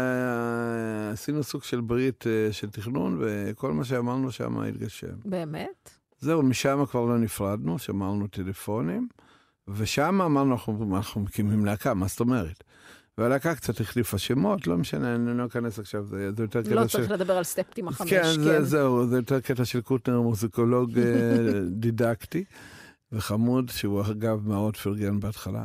שעשינו סוג של ברית של תכנון, וכל מה שאמרנו שם התגשם. באמת? זהו, משם כבר לא נפרדנו, שמרנו טלפונים, ושם אמרנו, אנחנו מקימים להקה, מה זאת אומרת? והלהקה קצת החליפה שמות, לא משנה, אני לא אכנס עכשיו, זה יותר קטע לא צריך לדבר על סטפטים 5, כן. זהו, זה יותר קטע של קוטנר, מוזיקולוג דידקטי, וחמוד, שהוא אגב מאוד פרגן בהתחלה,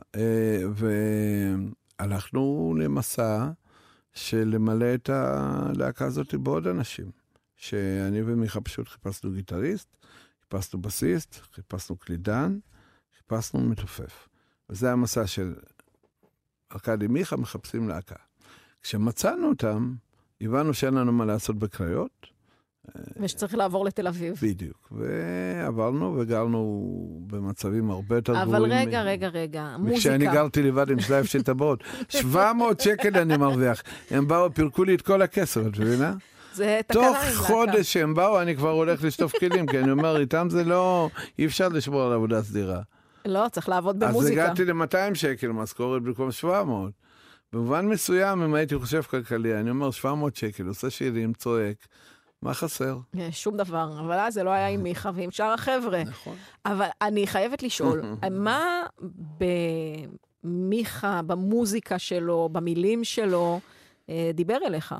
והלכנו למסע של למלא את הלהקה הזאת בעוד אנשים, שאני ומיכה פשוט חיפשנו גיטריסט, חיפשנו בסיסט, חיפשנו קלידן, חיפשנו מתופף. וזה המסע של ארכדי מיכה מחפשים להקה. כשמצאנו אותם, הבנו שאין לנו מה לעשות בקריות. ושצריך לעבור לתל אביב. בדיוק. ועברנו וגרנו במצבים הרבה יותר גרועים. אבל רגע, מוזיקה. וכשאני גרתי לבד עם שלב של טבעות, 700 שקל אני מרוויח. הם באו, פירקו לי את כל הכסף, את מבינה? זה תקנה עם להקה. תוך חודש שהם באו, אני כבר הולך לשטוף כלים, כי אני אומר, איתם זה לא, אי אפשר לשמור על עבודה סדירה. לא, צריך לעבוד במוזיקה. אז הגעתי ל-200 שקל, משכורת במקום 700. במובן מסוים, אם הייתי חושב כלכלי, אני אומר 700 שקל, עושה שירים, צועק, מה חסר? שום דבר, אבל אז זה לא היה עם מיכה ועם שאר החבר'ה. נכון. אבל אני חייבת לשאול, מה במיכה, במוזיקה שלו, במילים שלו, דיבר אליך?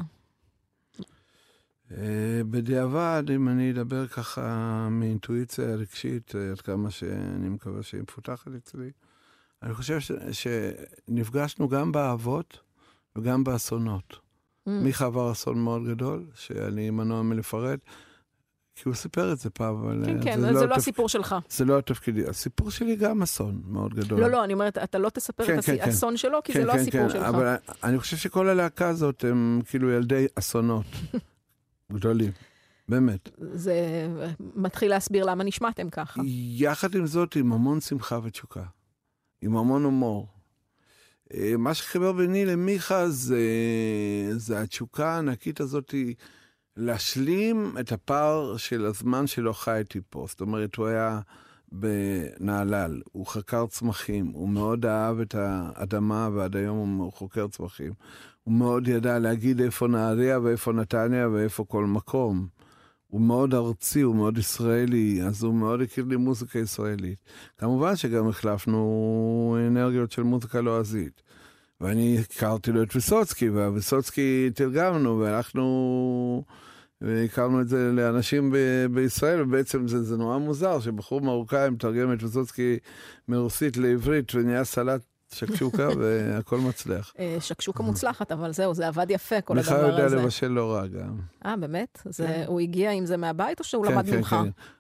בדיעבד, אם אני אדבר ככה מאינטואיציה רגשית, עד כמה שאני מקווה שהיא מפותחת אצלי, אני חושב שנפגשנו גם באהבות וגם באסונות. מיכה עבר אסון מאוד גדול, שאני מנוע מלפרט, כי הוא סיפר את זה פעם, אבל... כן, זה לא הסיפור שלך. זה לא התפקידי. הסיפור שלי גם אסון מאוד גדול. לא, אני אומרת, אתה לא תספר את האסון שלו, כי זה לא הסיפור שלך. אבל אני חושב שכל הלהקה הזאת הם כאילו ילדי אסונות גדולים, באמת. זה מתחיל להסביר למה נשמעתם ככה. יחד עם זאת, עם המון שמחה ותשוקה, עם המון הומור. מה שחיבר ביני למיכה זה התשוקה הענקית הזאת להשלים את הפער של הזמן שלו חייתי פה. זאת אומרת, הוא היה בנהלל, הוא חקר צמחים, הוא מאוד אהב את האדמה, ועד היום הוא חוקר צמחים. הוא מאוד ידע להגיד איפה נהריה ואיפה נתניה ואיפה כל מקום. הוא מאוד ארצי, הוא מאוד ישראלי, אז הוא מאוד הכיר לי מוזיקה ישראלית. כמובן שגם החלפנו אנרגיות של מוזיקה לועזית. ואני הכרתי לו את ויסוצקי, והוויסוצקי תרגמנו, והלכנו והכרנו את זה לאנשים בישראל, ובעצם זה נורא מוזר, שבחור מרוקאי מתרגם את ויסוצקי מרוסית לעברית, ונהיה סלט שקשוקה, והכל מצליח. שקשוקה מוצלחת, אבל זהו, זה עבד יפה, כל הדבר הזה. מיכה יודע לבשל לא רע גם. באמת? הוא הגיע עם זה מהבית, או שהוא למד ממך? כן.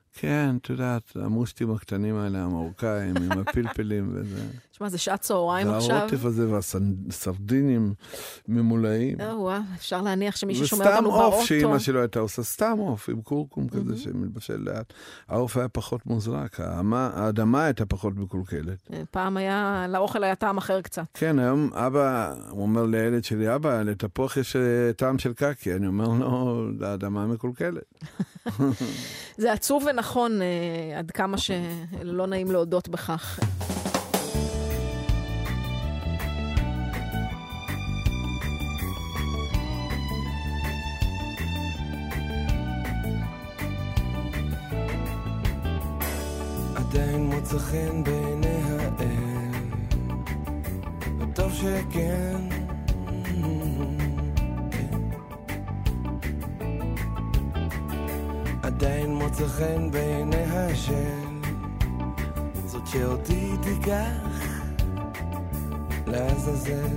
כן, את יודעת, המושטים הקטנים האלה, המרוקאים, עם הפלפלים וזה. תשמע, זה שעת צהריים עכשיו. והרוטף הזה והסרדינים ממולאים. וואו, אפשר להניח שמי ששומע אותנו באוטו. וסתם עוף שאמא שלו הייתה עושה סתם עוף עם קורקום כזה שמתבשל לאט. העוף היה פחות מוזרק, האדמה הייתה פחות מקולקלת. פעם לאוכל היה טעם אחר קצת. כן, היום אבא, הוא אומר לילד שלי, אבא, לתפוח יש טעם של קקי. אני אומר לו, האדמה מקולקלת. זה עצוב ונכון, עד כמה שלא נעים להודות בכך. עדיין מוצא חן בעיני האל, וטוב שכן, עדיין מוצא חן בעיני השם, זאת שאותי תיקח לעזאזל,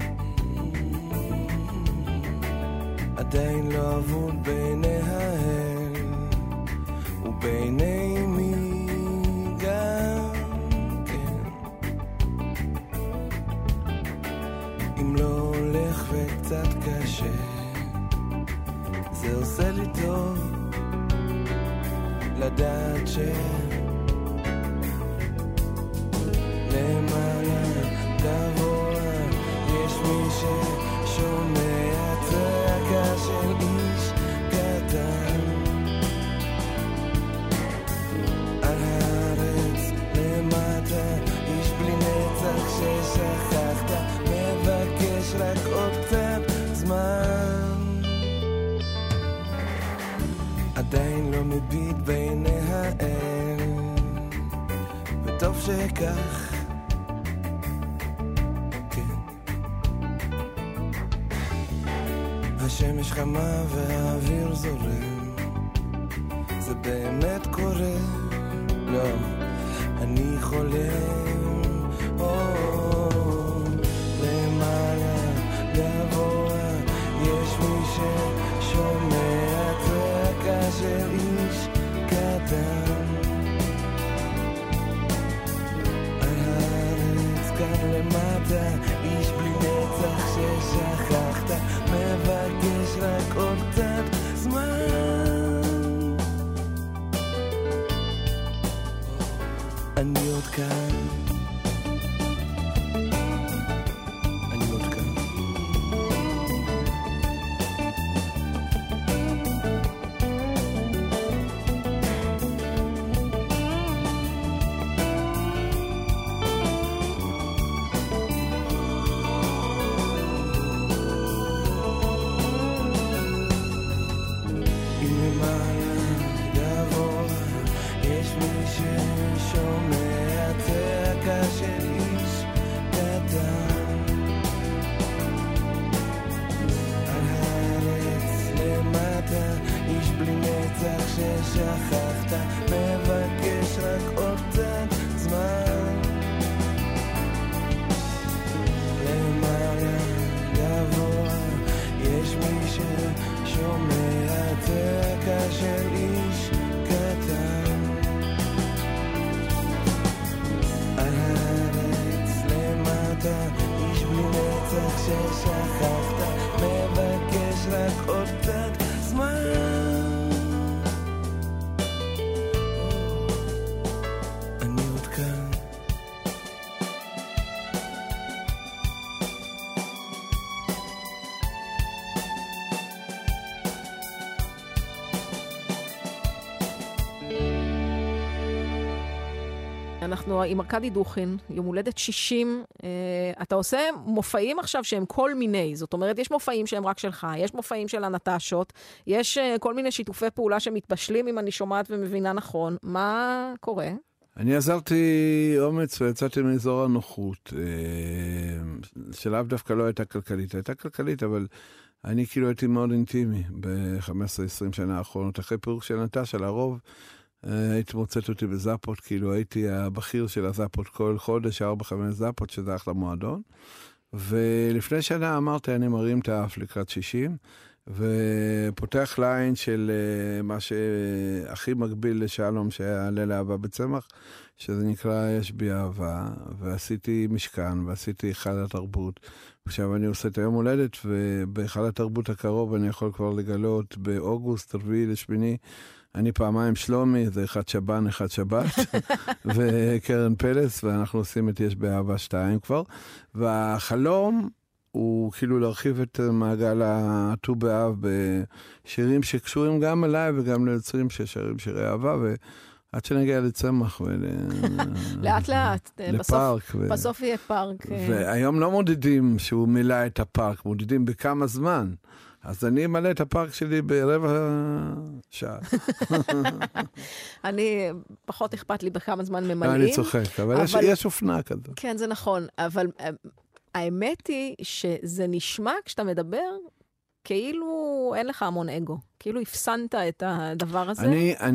עדיין לא אבוד בעיני האל ובעיני מי גם כן, אם לא הולך וקצת קשה, זה עושה לי טוב לדעת למעלה גבוה יש מי ששומע צעקה של איש קטן על הארץ למטה, איש בלי נצח ששכחת, מבקש רק עוד קצת זמן, עדיין לא מביט בעיני האל, וטוב שכך, כן. השמש חמה והאוויר זורם, זה באמת קורה, לא, אני חולם, למעלה גבוה יש מי ששומע צעקה של איש קטן על הארץ כאן למטה, איש בלי נצח ששכחת, מבקש רק עוד קצת זמן, אני עוד כאן, אני עוד כאן. ששכחת, מבקש רק עוד קצת זמן, למעלה גבוה יש מי ששומע צעקה של איש קטן על הארץ למטה, איש בלי נצח ששכחת, מבקש רק עוד קצת זמן, אנחנו עם ארקדי דוכין, יום הולדת 60, אתה עושה מופעים עכשיו שהם כל מיני, זאת אומרת, יש מופעים שהם רק שלך, יש מופעים של הנטשות, יש כל מיני שיתופי פעולה שמתבשלים, אם אני שומעת ומבינה נכון. מה קורה? אני עזרתי אומץ ויצאתי מאזור הנוחות, שלאו דווקא לא הייתה כלכלית, הייתה כלכלית, אבל אני כאילו הייתי מאוד אינטימי ב-15-20 שנה האחרונות, אחרי פירוק של נטשה, לרוב, הייתי מוצאת אותי בזאפות, כאילו הייתי הבכיר של הזאפות כל חודש, 4-5 זאפות, שזה אחלה מועדון. ולפני שנה אמרתי, אני מרים את האף לקראת 60, ופותח ליין של מה שהכי מקביל לשלום שהיה ליל אהבה בצמח, שזה נקרא יש בי אהבה, ועשיתי משכן, ועשיתי היכל התרבות. עכשיו אני עושה את היום הולדת, ובהיכל התרבות הקרוב אני יכול כבר לגלות באוגוסט, 4-8, אני פעמיים שלומי, זה אחד שבן, אחד שבת, וקרן פלס, ואנחנו עושים את יש באהבה 2 כבר, והחלום הוא כאילו להרחיב את מעגל הט"ו באב בשירים שקשורים גם אליי וגם ליוצרים ששרים שירי אהבה, ועד שנגיע לצמח לאט לאט, לפארק. בסוף יהיה פארק. והיום לא מודדים שהוא מילא את הפארק, מודדים בכמה זמן. אז אני אמלא את הפארק שלי ברבע שעה. אני, פחות אכפת לי בכמה זמן ממלאים. אני צוחק, אבל יש אופנה כזאת. כן, זה נכון, אבל האמת היא שזה נשמע כשאתה מדבר, כאילו אין לך המון אגו. כאילו הפסנת את הדבר הזה.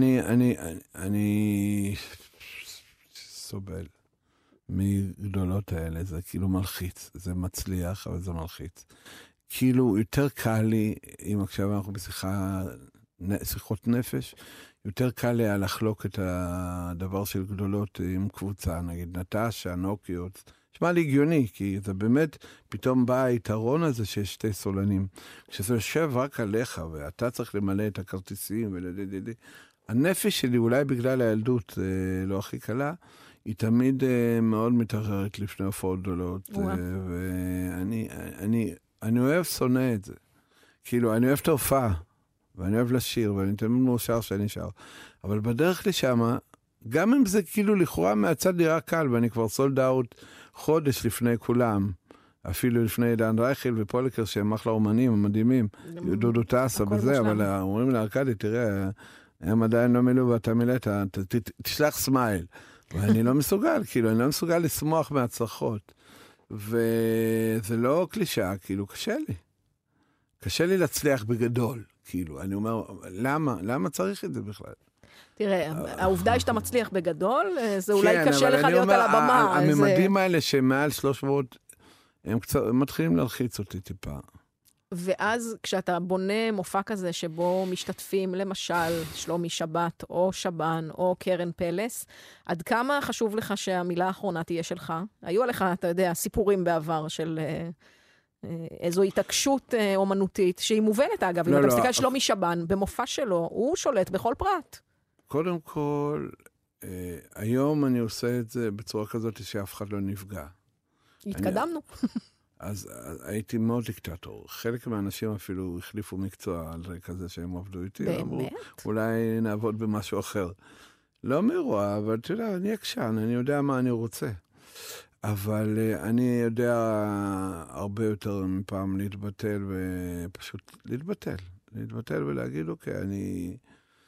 אני סובל מגדולות האלה, זה כאילו מלחיץ. זה מצליח, אבל זה מלחיץ. כאילו יותר קל לי, אם עכשיו אנחנו בשיחות נפש, יותר קל לי לחלוק את הדבר של גדולות עם קבוצה, נגיד נטשה, נוקיות. נשמע לי הגיוני, כי זה באמת, פתאום בא היתרון הזה שיש 2 סולנים. כשזה יושב רק עליך, ואתה צריך למלא את הכרטיסים, הנפש שלי, אולי בגלל הילדות לא הכי קלה, היא תמיד מאוד מתערערת לפני הופעות גדולות. ואני אוהב שונא את זה. כאילו, אני אוהב את ההופעה, ואני אוהב לשיר, ואני תמיד מאושר שאני שר. אבל בדרך לשם, גם אם זה כאילו לכאורה מהצד נראה קל, ואני כבר סולד אאוט חודש לפני כולם, אפילו לפני דן רייכל ופוליקר, שהם אחלה אומנים, המדהימים, דודו טסה וזה, אבל אומרים לארקדי, תראה, הם עדיין לא מילאו ואתה מילאת, תשלח סמייל. ואני לא מסוגל, כאילו, אני לא מסוגל לשמוח מהצלחות. וזה לא קלישה, כאילו, קשה לי. קשה לי להצליח בגדול, כאילו. אני אומר, למה צריך את זה בכלל? תראה, העובדה היא שאתה מצליח בגדול, זה אולי קשה לך להיות על הבמה. הממדים האלה שמעל 300, הם מתחילים להלחיץ אותי טיפה. ואז כשאתה בונה מופע כזה שבו משתתפים למשל שלומי שבת או שבן או קרן פלס, עד כמה חשוב לך שהמילה האחרונה תהיה שלך? היו עליך, אתה יודע, סיפורים בעבר של איזו התעקשות אומנותית, שהיא מובנת אגב, אם אתה מסתכל על שלומי שבן, במופע שלו, הוא שולט בכל פרט. קודם כל, היום אני עושה את זה בצורה כזאת שאף אחד לא נפגע. התקדמנו. אז הייתי מאוד דיקטטור. חלק מהאנשים אפילו החליפו מקצוע על רקע זה שהם עבדו איתי. באמת? אמרו, אולי נעבוד במשהו אחר. לא מרוע, אבל אתה יודע, אני אקשן, אני יודע מה אני רוצה. אבל אני יודע הרבה יותר מפעם להתבטל ופשוט להתבטל ולהגיד, אוקיי, אני...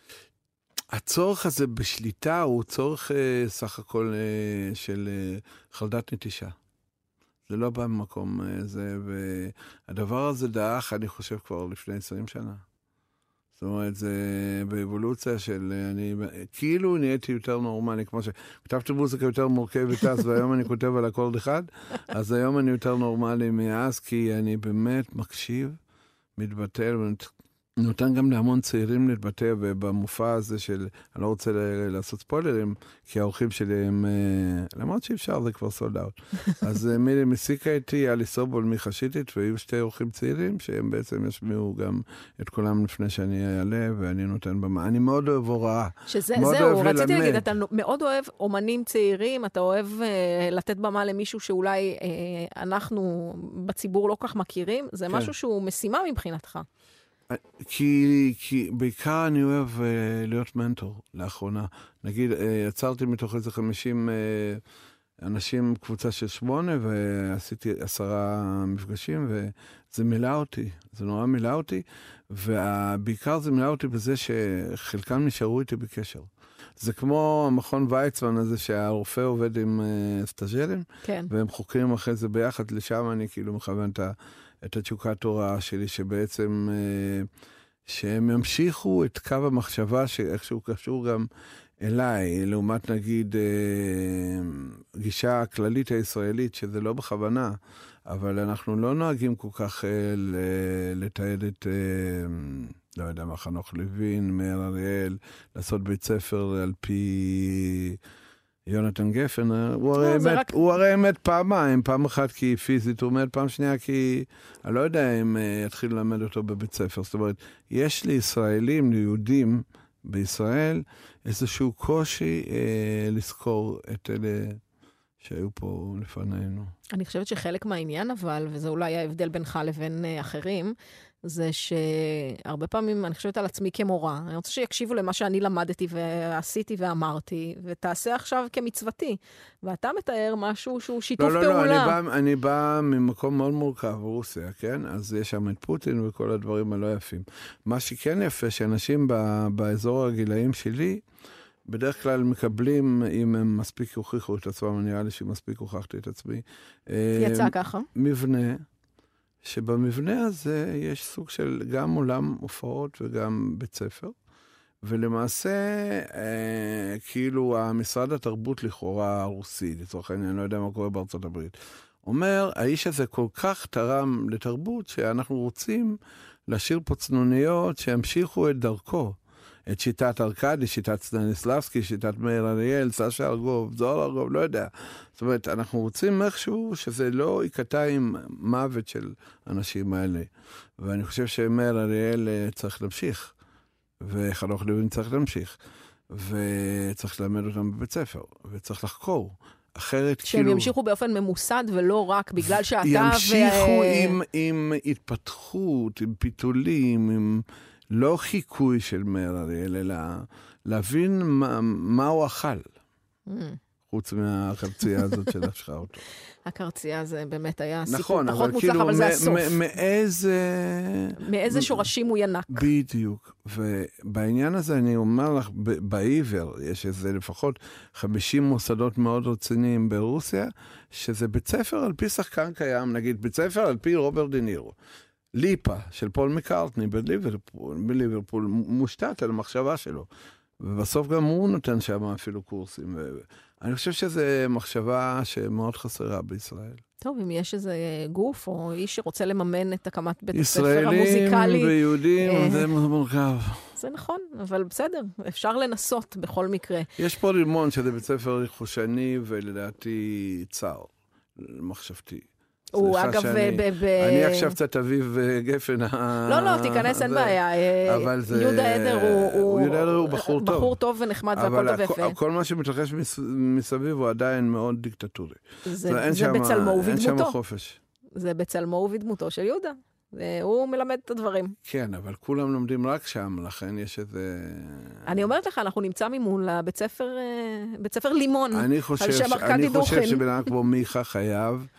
הצורך הזה בשליטה הוא צורך סך הכל של חלדת נטישה. זה לא בא במקום זה, והדבר הזה דאח, אני חושב, כבר לפני 20 שנה. זאת אומרת, זה באבולוציה של, אני כאילו נהייתי יותר נורמלי, כמו שכתבתי מוזיקה יותר מורכבת אז, והיום אני כותב על אקורד אחד, אז היום אני יותר נורמלי מאז, כי אני באמת מקשיב, מתבטל, נותן גם להמון צעירים להתבטא, ובמופע הזה של, אני לא רוצה לעשות ספוילרים, כי האורחים שלי הם, למרות שאפשר, זה כבר סולד אאוט. אז מילי מסיקה איתי, אלי סובול מחשיתית, והיו 2 אורחים צעירים, שהם בעצם ישמיעו גם את כולם לפני שאני אעלה, ואני נותן במה. אני מאוד אוהב הוראה. זהו, רציתי להגיד, אתה מאוד אוהב אומנים צעירים, אתה אוהב לתת במה למישהו שאולי אנחנו בציבור לא כך מכירים, זה משהו שהוא משימה מבחינתך. כי בעיקר אני אוהב להיות מנטור לאחרונה. נגיד, יצרתי מתוך איזה 50 אנשים קבוצה של 8, ועשיתי 10 מפגשים, וזה מילא אותי. זה נורא מילא אותי, ובעיקר זה מילא אותי בזה שחלקם נשארו איתי בקשר. זה כמו המכון ויצמן הזה, שהרופא עובד עם סטאז'רים, כן. והם חוקרים אחרי זה ביחד, לשם אני כאילו מכוון את התשוקת הוראה שלי, שבעצם, שהם ימשיכו את קו המחשבה, שאיכשהו קשור גם אליי, לעומת נגיד גישה הכללית הישראלית, שזה לא בכוונה, אבל אנחנו לא נוהגים כל כך לתעד את, לא יודע מה, חנוך לוין, מאיר אריאל, לעשות בית ספר על פי יונתן גפן. הוא הרי אמת פעמיים, פעם אחת כי פיזית, הוא אמת פעם שנייה כי, אני לא יודע אם יתחיל ללמד אותו בבית ספר. זאת אומרת, יש לישראלים, ליהודים בישראל, איזשהו קושי לזכור את אלה שהיו פה לפנינו. אני חושבת שחלק מהעניין אבל, וזה אולי ההבדל בינך לבין אחרים, זה שהרבה פעמים, אני חושבת על עצמי כמורה, אני רוצה שיקשיבו למה שאני למדתי ועשיתי ואמרתי, ותעשה עכשיו כמצוותי. ואתה מתאר משהו שהוא שיתוף פעולה. לא, אני בא ממקום מאוד מורכב, רוסיה, כן? אז יש שם את פוטין וכל הדברים הלא יפים. מה שכן יפה, שאנשים באזור הגילאים שלי, בדרך כלל מקבלים, אם הם מספיק הוכיחו את עצמם, נראה לי שמספיק הוכחתי את עצמי. יצא ככה. מבנה, שבמבנה הזה יש סוג של גם עולם הופעות וגם בית ספר, ולמעשה, כאילו המשרד התרבות לכאורה הרוסי, לצורך העניין, אני לא יודע מה קורה בארצות הברית, אומר, האיש הזה כל כך תרם לתרבות, שאנחנו רוצים להשאיר פה צנוניות שימשיכו את דרכו. את שיטת ארקדי, שיטת סטניסלבסקי, שיטת מאיר אריאל, סשה ארגוב, זוהר ארגוב, לא יודע. זאת אומרת, אנחנו רוצים איכשהו שזה לא יקטע עם מוות של אנשים האלה. ואני חושב שמאיר אריאל צריך להמשיך, וחנוך לוין צריך להמשיך, וצריך ללמד אותם בבית ספר, וצריך לחקור. אחרת שהם כאילו... ימשיכו באופן ממוסד, ולא רק בגלל שאתה ימשיכו עם התפתחות, עם פיתולים, עם... לא חיקוי של מאיר אריאל, אלא להבין מה הוא אכל. חוץ מהקרצייה הזאת שלשכה אותו. הקרצייה זה באמת היה סיפור נכון, פחות מוצלח, אבל זה הסוף. מאיזה שורשים הוא ינק. בדיוק. ובעניין הזה אני אומר לך, בעיוור, יש איזה לפחות 50 מוסדות מאוד רציניים ברוסיה, שזה בית ספר על פי שחקן קיים, נגיד בית ספר על פי רוברט דה נירו. ליפה של פול מקארטני בליברפול מושתת על המחשבה שלו. ובסוף גם הוא נותן שם אפילו קורסים. אני חושב שזו מחשבה שמאוד חסרה בישראל. טוב, אם יש איזה גוף או איש שרוצה לממן את הקמת בית הספר המוזיקלי... ישראלים ויהודים, זה מורכב. זה נכון, אבל בסדר, אפשר לנסות בכל מקרה. יש פה רימון שזה בית ספר חושני ולדעתי צר, מחשבתי. הוא אגב... אני עכשיו קצת אביב גפן. לא, תיכנס, אין בעיה. יהודה עדר הוא בחור טוב ונחמד והכל טוב ויפה. אבל כל מה שמתרחש מסביב הוא עדיין מאוד דיקטטורי. זה בצלמו ובדמותו. אין שם חופש. זה בצלמו ובדמותו של יהודה. הוא מלמד את הדברים. כן, אבל כולם לומדים רק שם, לכן יש איזה... אני אומרת לך, אנחנו נמצא מימון לבית ספר לימון. אני חושב שבן כמו מיכה חייב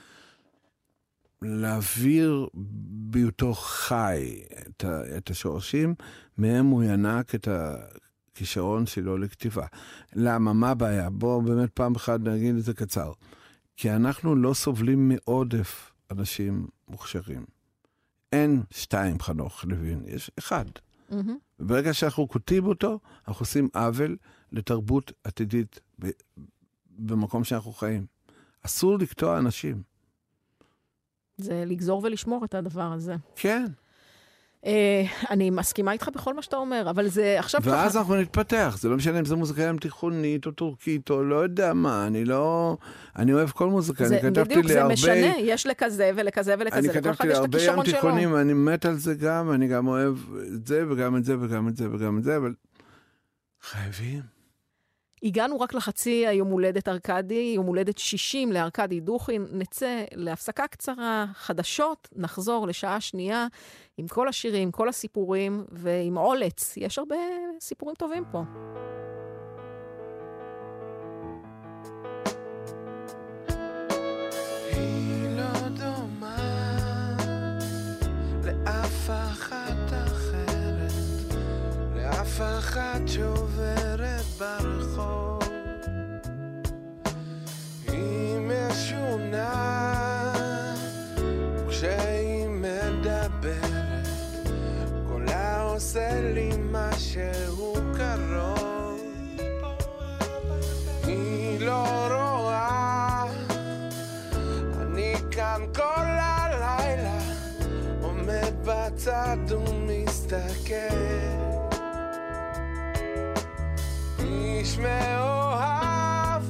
להעביר בהיותו חי את השורשים, מהם הוא ינק את הכישרון שלו לכתיבה. למה? מה הבעיה? בואו באמת פעם אחת נגיד את זה קצר. כי אנחנו לא סובלים מעודף אנשים מוכשרים. אין 2 חנוך לוין, יש 1. וברגע שאנחנו כותבים אותו, אנחנו עושים עוול לתרבות עתידית במקום שאנחנו חיים. אסור לקטוע אנשים. זה לגזור ולשמור את הדבר הזה. כן. אני מסכימה איתך בכל מה שאתה אומר, אבל זה עכשיו... ואז אנחנו נתפתח, זה לא משנה אם זה מוזיקה תיכונית או טורקית או לא יודע מה, אני אוהב כל מוזיקה, אני כתבתי בדיוק, לי הרבה... זה משנה, יש לכזה ולכזה ולכזה, אני כתבתי לי הרבה ים תיכונים, ואני מת על זה גם, אני גם אוהב את זה וגם את זה וגם את זה וגם את זה, אבל חייבים. הגענו רק לחצי היום הולדת ארקדי, יום הולדת 60 לארקדי דוכין, נצא להפסקה קצרה, חדשות, נחזור לשעה שנייה, עם כל השירים, כל הסיפורים, ועם עולץ. יש הרבה סיפורים טובים פה. היא לא דומה לאף אחת אחרת, לאף אחת שעוברת ברחוב. היא משונה כשהיא מדברת, קולה עושה לי משהו קרוב. כאן כל הלילה עומד בצד ומסתכל איש מאוהב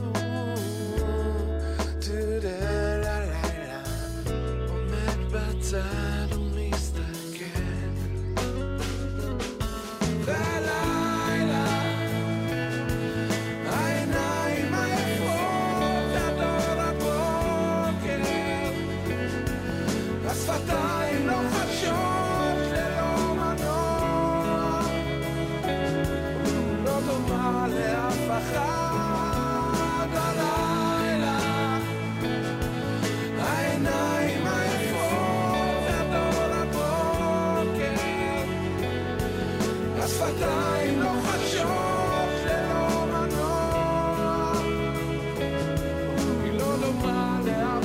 לילה עומד בצד ומסתכל ולילה העיניים היפות הדור הבוקר השפתיים לא חשות ללא מנוע לא דומה לאף אחד הלילה העיניים היפות הדור הבוקר השפתיים לא חשות ללא מנוע היא לא דומה לאף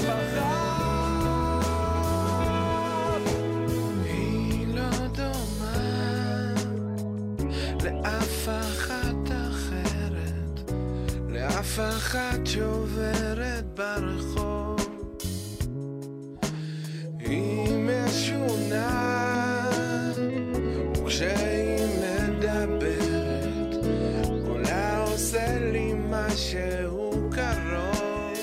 אחד היא לא דומה לאף אחת אחרת לאף אחת שעוברת ברחוב היא משונה וכשהיא מדברת קולה עושה לי משהו קרוב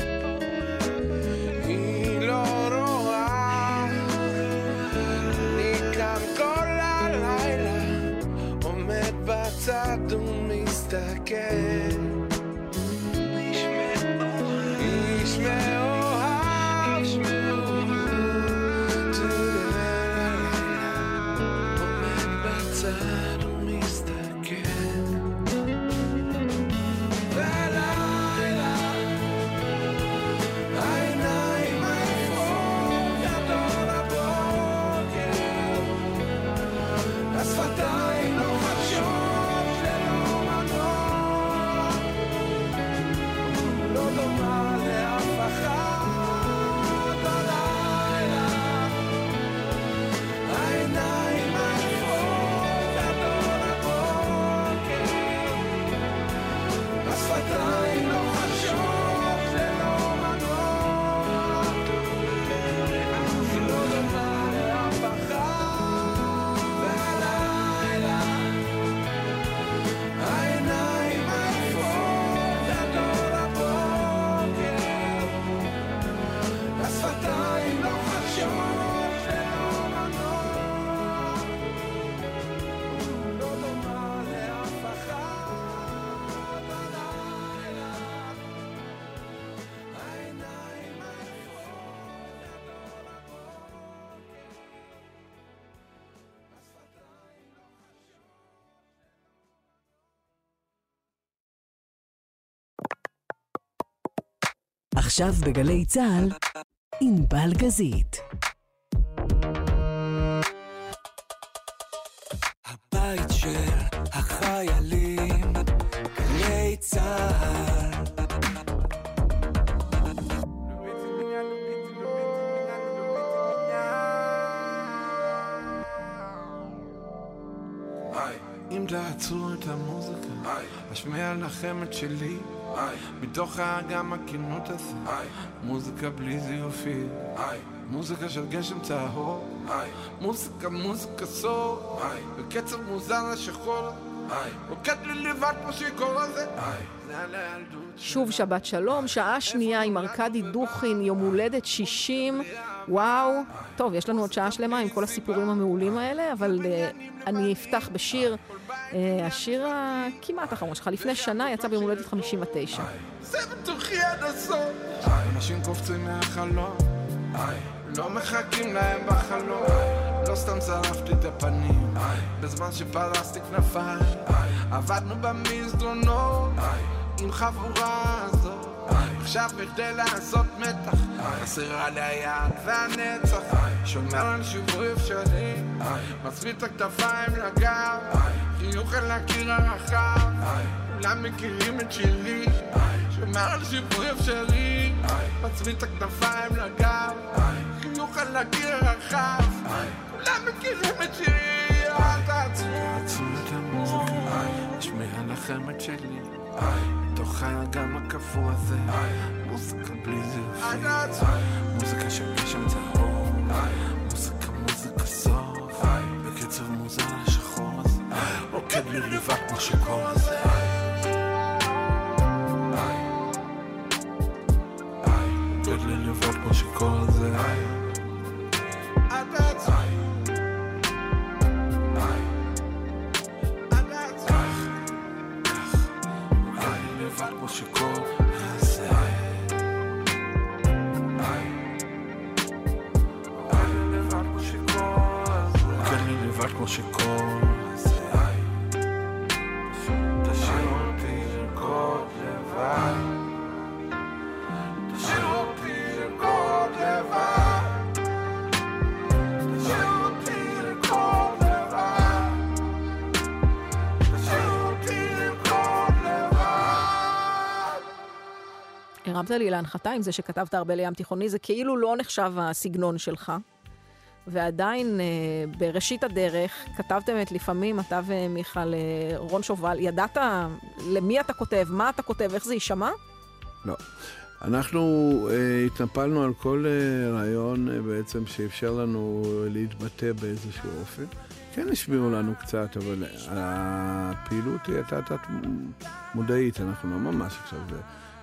היא לא רואה אני כאן כל הלילה עומד בצד ומסתכל איש מאוהב עומד בצד ומסתכל ולילה העיניים היפות הדור הבוקר השפתיים לא חשות ללא מנוע לא דומה לאף אחד הלילה העיניים היפות הדור הבוקר השפתיים לא חשות ללא מנוע לא דומה לאף אחד והלילה העיניים היפות הדור הבוקר השפתיים לא חשות ללא מנוע לא דומה לאף אחד הלילה העיניים היפות הדור עכשיו בגלי צהל, ענבל גזית. הבית של החיילים, גלי צהל. אם תעצרו את המוזיקה, אשמיע לכם את שלי, מתוך האגם הכינות הזה, מוזיקה בלי זיופים, מוזיקה של גשם צהור, מוזיקה סור, בקצב מוזר לשחור, רוקד לי לבד כמו שיקור הזה, זה על הילדות. שוב שבת שלום, שעה שנייה עם ארקדי דוכין, יום הולדת 60, וואו. טוב, יש לנו עוד שעה שלמה עם כל הסיפורים המעולים האלה, אבל אני אפתח בשיר, השיר הכמעט אחרון שלך, לפני שנה יצא ביום הולדת 59. זה בתוכי עד הסוף. אנשים קופצים מהחלום, לא מחכים להם בחלום, לא סתם שרפתי את הפנים, בזמן שפרסתי כנפיים, עבדנו במסדרונות עם חבורה הזאת, עכשיו בכדי לעשות מתח, חסרה לי היד והנצח, שומר על שיווי אפשרי, מצמיד את הכתפיים לגב, חיוך אל הקיר הרחב, כולם מכירים את שירי, שומר על שיווי אפשרי, מצמיד את הכתפיים לגב, חיוך אל הקיר הרחב, כולם מכירים את שירי, אל תעצרו את המוזיקה, אשמיע לכם את שלי, מתוך האגם הקפוא הזה, מוזיקה בלי זיופים, מוזיקה שגשם צהוב, מוזיקה מוזיקה סוף, בקצב מוזר לשחור הזה, רוקד לי לבד כמו שקור הזה. רוקד לי לבד כמו שקור הזה. הרמת לי להנחתה עם זה שכתבת הרבה לים תיכוני, זה כאילו לא נחשב הסגנון שלך, ועדיין בראשית הדרך כתבתם את לפעמים, אתה ומיכל רון שובל, ידעת למי אתה כותב, מה אתה כותב, איך זה יישמע? לא. אנחנו התנפלנו על כל רעיון בעצם שאפשר לנו להתבטא באיזשהו אופן. כן השמיעו לנו קצת, אבל הפעילות היא הייתה מודעית, אנחנו לא ממש עכשיו זה.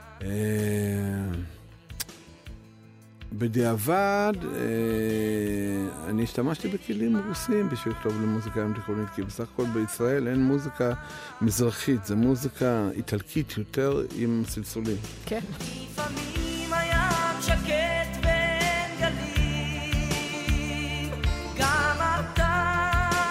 בדיעבד אני השתמשתי בכלים רוסים בשביל לכתוב למוזיקה ים תיכונית, כי בסך הכל בישראל אין מוזיקה מזרחית, זה מוזיקה איטלקית יותר עם סלסולים. כן. לפעמים הים שקט ואין גלים, גם אתה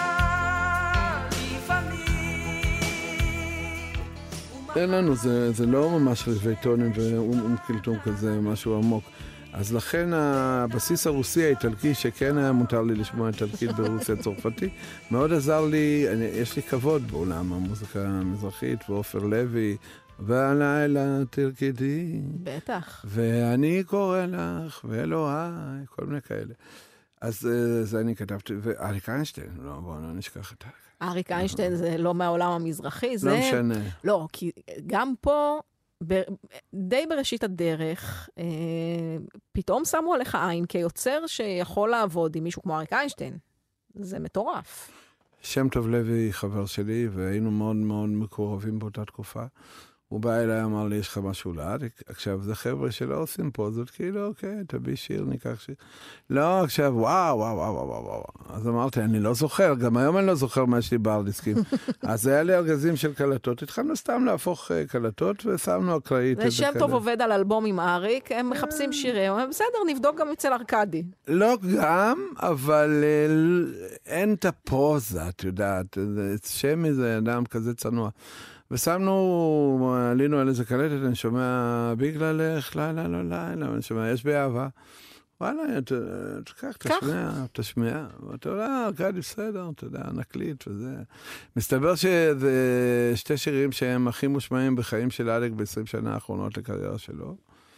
לפעמים. אין לנו, זה לא ממש רבעטונים וקלטון כזה, משהו עמוק. אז לכן הבסיס הרוסי האיטלקי, שכן היה מותר לי לשמוע איטלקית ברוסיה צרפתי, מאוד עזר לי, יש לי כבוד בעולם המוזיקה המזרחית, ועופר לוי, והלילה תרקדי. בטח. ואני קורא לך, ואלוהי, כל מיני כאלה. אז זה אני כתבתי, ואריק איינשטיין, בואו לא נשכח את אריק איינשטיין זה לא מהעולם המזרחי, זה... לא משנה. לא, כי גם פה... די בראשית הדרך, פתאום שמו עליך עין כיוצר שיכול לעבוד עם מישהו כמו אריק איינשטיין. זה מטורף. שם טוב לוי חבר שלי, והיינו מאוד מאוד מקורבים באותה תקופה. הוא בא אליי, אמר לי, יש לך משהו לאריק? עכשיו, זה חבר'ה שלא עושים פה, זאת כאילו, אוקיי, תביא שיר, ניקח שיר. לא, עכשיו, וואו. אז אמרתי, אני לא זוכר, גם היום אני לא זוכר מה יש לי בארדיסקים. אז היה לי ארגזים של קלטות, התחלנו סתם להפוך קלטות, ושמנו אקראית. ושם טוב עובד על אלבום עם אריק, הם מחפשים שירים, בסדר, נבדוק גם אצל ארקדי. לא גם, אבל אין את הפרוזה, את יודעת, שמי זה אדם כזה צנוע. ושמנו, עלינו על איזה קלטת, אני שומע בגללך, לילה, לא לילה, אני שומע, יש באהבה. וואלה, תקח, תשמיע. ואתה יודע, ארקדי בסדר, אתה יודע, נקליט וזה. מסתבר שזה שתי שירים שהם הכי מושמעים בחיים של אריק ב-20 שנה האחרונות לקריירה שלו.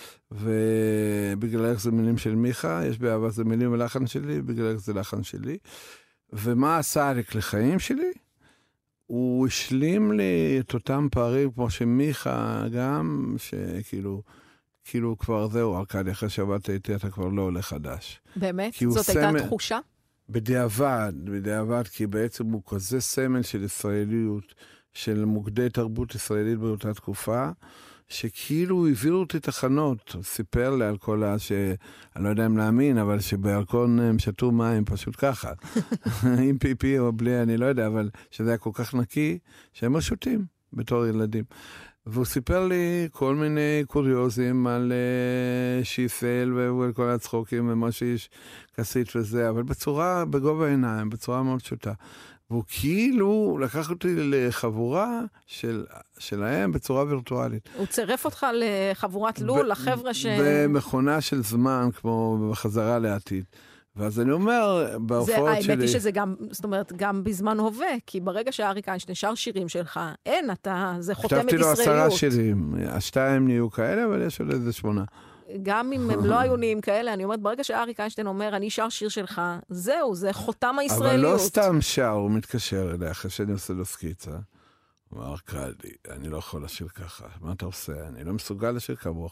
ובגללך זה מילים של מיכה, יש באהבה זה מילים ולחן שלי, בגללך זה לחן שלי. ומה עשה אריק לחיים שלי? הוא השלים לי את אותם פערים, כמו שמיכה גם, שכאילו כבר זהו, ארקדי, אחרי שעבדת איתי, אתה כבר לא עולה חדש. באמת? זאת הייתה תחושה? בדיעבד, כי בעצם הוא כזה סמל של ישראליות, של מוקדי תרבות ישראלית באותה תקופה, שכאילו העבירו אותי תחנות, הוא סיפר לי על כל אני לא יודע אם להאמין, אבל שבאלקון הם שתו מים פשוט ככה, עם פיפי או בלי, אני לא יודע, אבל שזה היה כל כך נקי, שהם שותים בתור ילדים. והוא סיפר לי כל מיני קוריוזים על שיסל ועל כל הצחוקים ומה שיש כסית וזה, אבל בגובה העיניים, בצורה מאוד פשוטה. והוא כאילו לקח אותי לחבורה שלהם בצורה וירטואלית. הוא צירף אותך לחבורת לול, לחבר'ה במכונה של זמן, כמו בחזרה לעתיד. ואז אני אומר, בהופעות שלי... האמת היא שזה גם, זאת אומרת, גם בזמן הווה, כי ברגע שאריק איינשטיין שר שירים שלך, אין, זה חותמת ישראליות. כתבתי לו 10 שירים, 2 נהיו כאלה, אבל יש עוד איזה 8. גם אם הם לא היו נהיים כאלה, אני אומרת, ברגע שאריק איינשטיין אומר, אני שר שיר שלך, זהו, זה חותם הישראליות. אבל לא סתם שר, הוא מתקשר אליה, אחרי שאני עושה לו סקיצה. הוא אומר, ארקדי, אני לא יכול לשיר ככה, מה אתה עושה? אני לא מסוגל לשיר כמוך.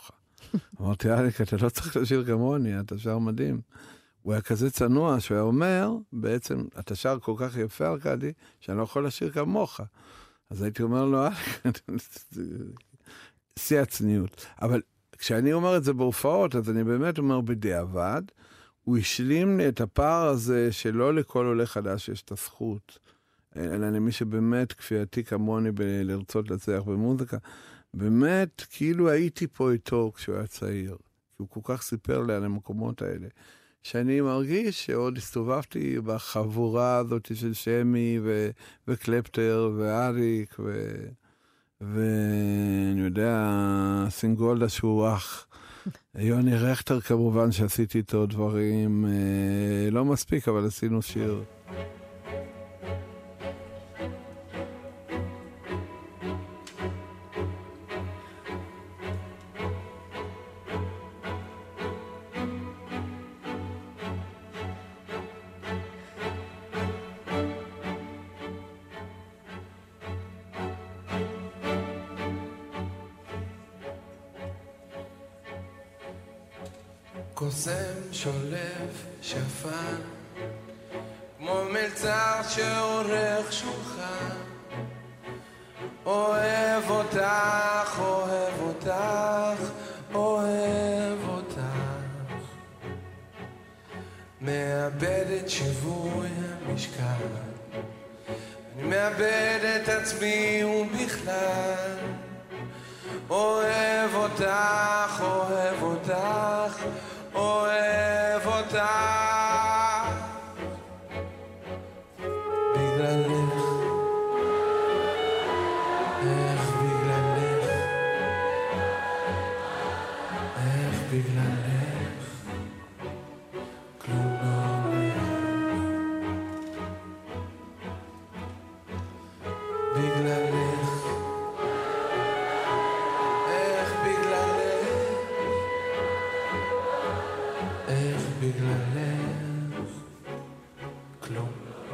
אמרתי, אליק, אתה לא צריך לשיר כמוני, אתה שר מדהים. הוא היה כזה צנוע, שהוא היה אומר, בעצם, אתה שר כל כך יפה, ארקדי, שאני לא יכול לשיר כמוך. אז הייתי אומר לו, אליק, שיא הצניעות. אבל כשאני אומר את זה בהופעות, אז אני באמת אומר בדיעבד, הוא השלים לי את הפער הזה שלא לכל עולה חדש יש את הזכות, אלא למי שבאמת כפייתי כמוני לרצות להצליח במוזיקה, באמת כאילו הייתי פה איתו כשהוא היה צעיר, כי הוא כל כך סיפר לי על המקומות האלה, שאני מרגיש שעוד הסתובבתי בחבורה הזאת של שמי וקלפטר ואריק ואני יודע, סינגולדה שהוא אח, יוני רכטר כמובן שעשיתי איתו דברים, לא מספיק, אבל עשינו שיר. קוסם שולף שפן כמו מלצר שעורך שולחן אוהב אותך, אוהב אותך, אוהב אותך מאבד את שיווי המשקל אני מאבד את עצמי ובכלל אוהב אותך, אוהב אותך אוהב אותך בגללך איך בגללך איך בגללך כלום לא הולך בגללך איך בגללך איך בגללך כלום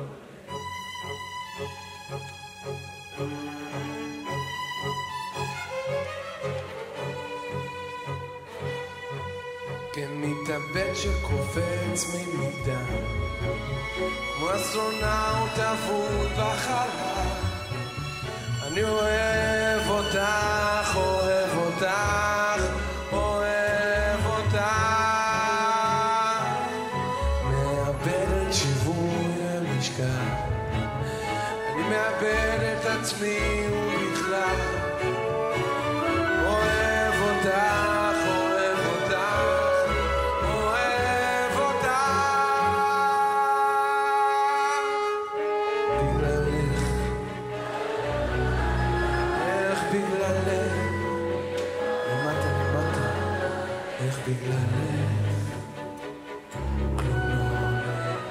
כמתאבד שקופץ ממגדל כמו אסטרונאוט אבוד בחלל אני אוהב אותך, אוהב אותך אוהב אותך מאבד את שיווי המשקל אני מאבד את עצמי ובכלל אוהב אותך, אוהב אותך אוהב אותך בגללך איך בגללך למטה למטה איך בגללך כלום לא הולך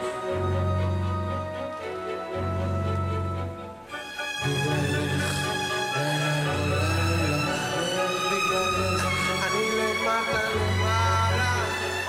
בגללך לילה לא לילה איך בגללך אני למטה למעלה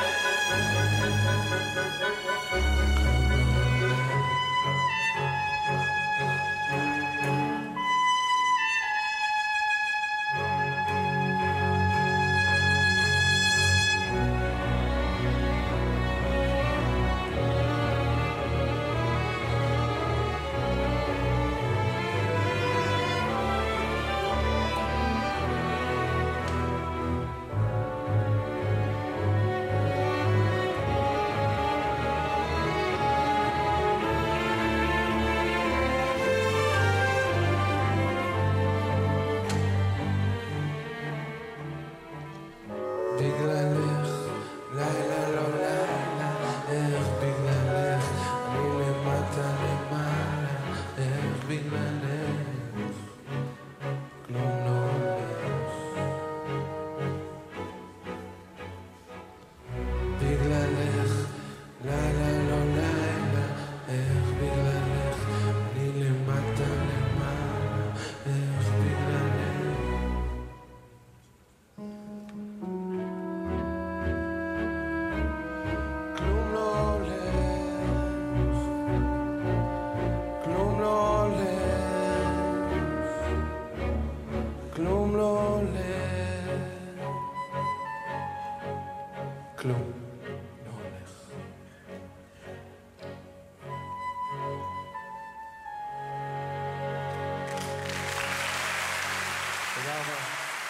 בגללך, לילה לא לילה, איך בגללך, אני למטה למעלה, איך בגללך, כלום לא הולך. בגללך, לילה לא לילה, איך בגללך, אני למטה למעלה, איך בגללך. כלום לא הולך, כלום לא הולך, כלום לא הולך, כלום לא הולך. תודה רבה.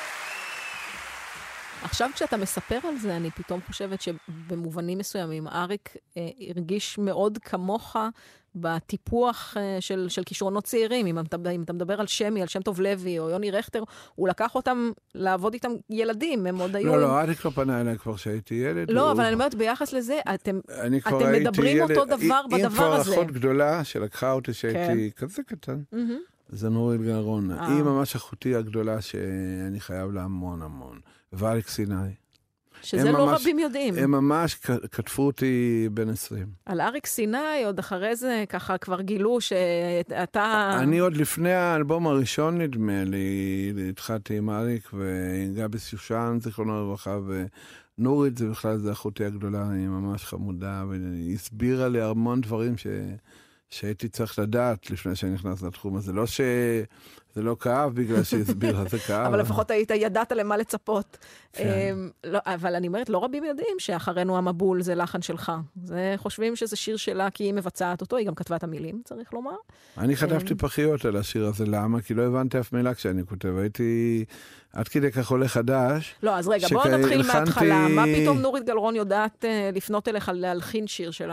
עכשיו כשאתה מספר על זה, אני פתאום חושבת שבמובנים מסוימים, אריק הרגיש מאוד כמוך בטיפוח של כישרונות צעירים. אם אתה מדבר על שמי, על שם טוב לוי או יוני רכטר, הוא לקח אותם לעבוד איתם ילדים, הם עוד היו... לא, אריק לא פנה אליי כבר שהייתי ילד. לא, אבל אני אומרת, ביחס לזה, אתם מדברים אותו דבר בדבר הזה. אם כבר אחות גדולה שלקחה אותי שהייתי כזה קטן, זה נורית גלרון. היא ממש אחותי הגדולה שאני חייב לה המון המון. ואריק סיני. שזה לא רבים יודעים. הם ממש כתבו אותי בן 20. על אריק סיני, עוד אחרי זה, ככה כבר גילו שאתה... אני עוד לפני האלבום הראשון נדמה לי, התחלתי עם אריק וגבי שושן, זיכרונו לברכה, ונורית, זה בכלל, זה אחותי הגדולה, היא ממש חמודה, והיא הסבירה לי המון דברים שהייתי צריך לדעת לפני שאני נכנס לתחום הזה. לא זה לא כאב בגלל שהסבירה, זה כאב. אבל לפחות ידעת למה לצפות. אבל אני אומרת, לא רבים יודעים שאחרינו המבול זה לחן שלך. חושבים שזה שיר שלה כי היא מבצעת אותו, היא גם כתבה את המילים, צריך לומר. אני חטפתי פחיות על השיר הזה, למה? כי לא הבנתי אף מילה כשאני כותב. הייתי עד כדי כך עולה חדש. לא, אז רגע, בואו נתחיל מההתחלה. מה פתאום נורית גלרון יודעת לפנות אליך להלחין שיר שלה?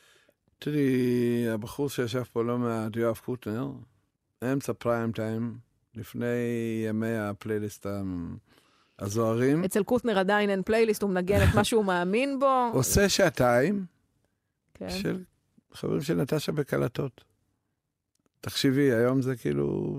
תראי, הבחור שישב פה לא מעט, יואב קוטנר, אמצע פריים טיים, לפני ימי הפלייליסט הזוהרים. אצל קוטנר עדיין אין פלייליסט, הוא מנגן את מה שהוא מאמין בו. עושה שעתיים של חברים של נטשה בקלטות. תחשיבי, היום זה כאילו,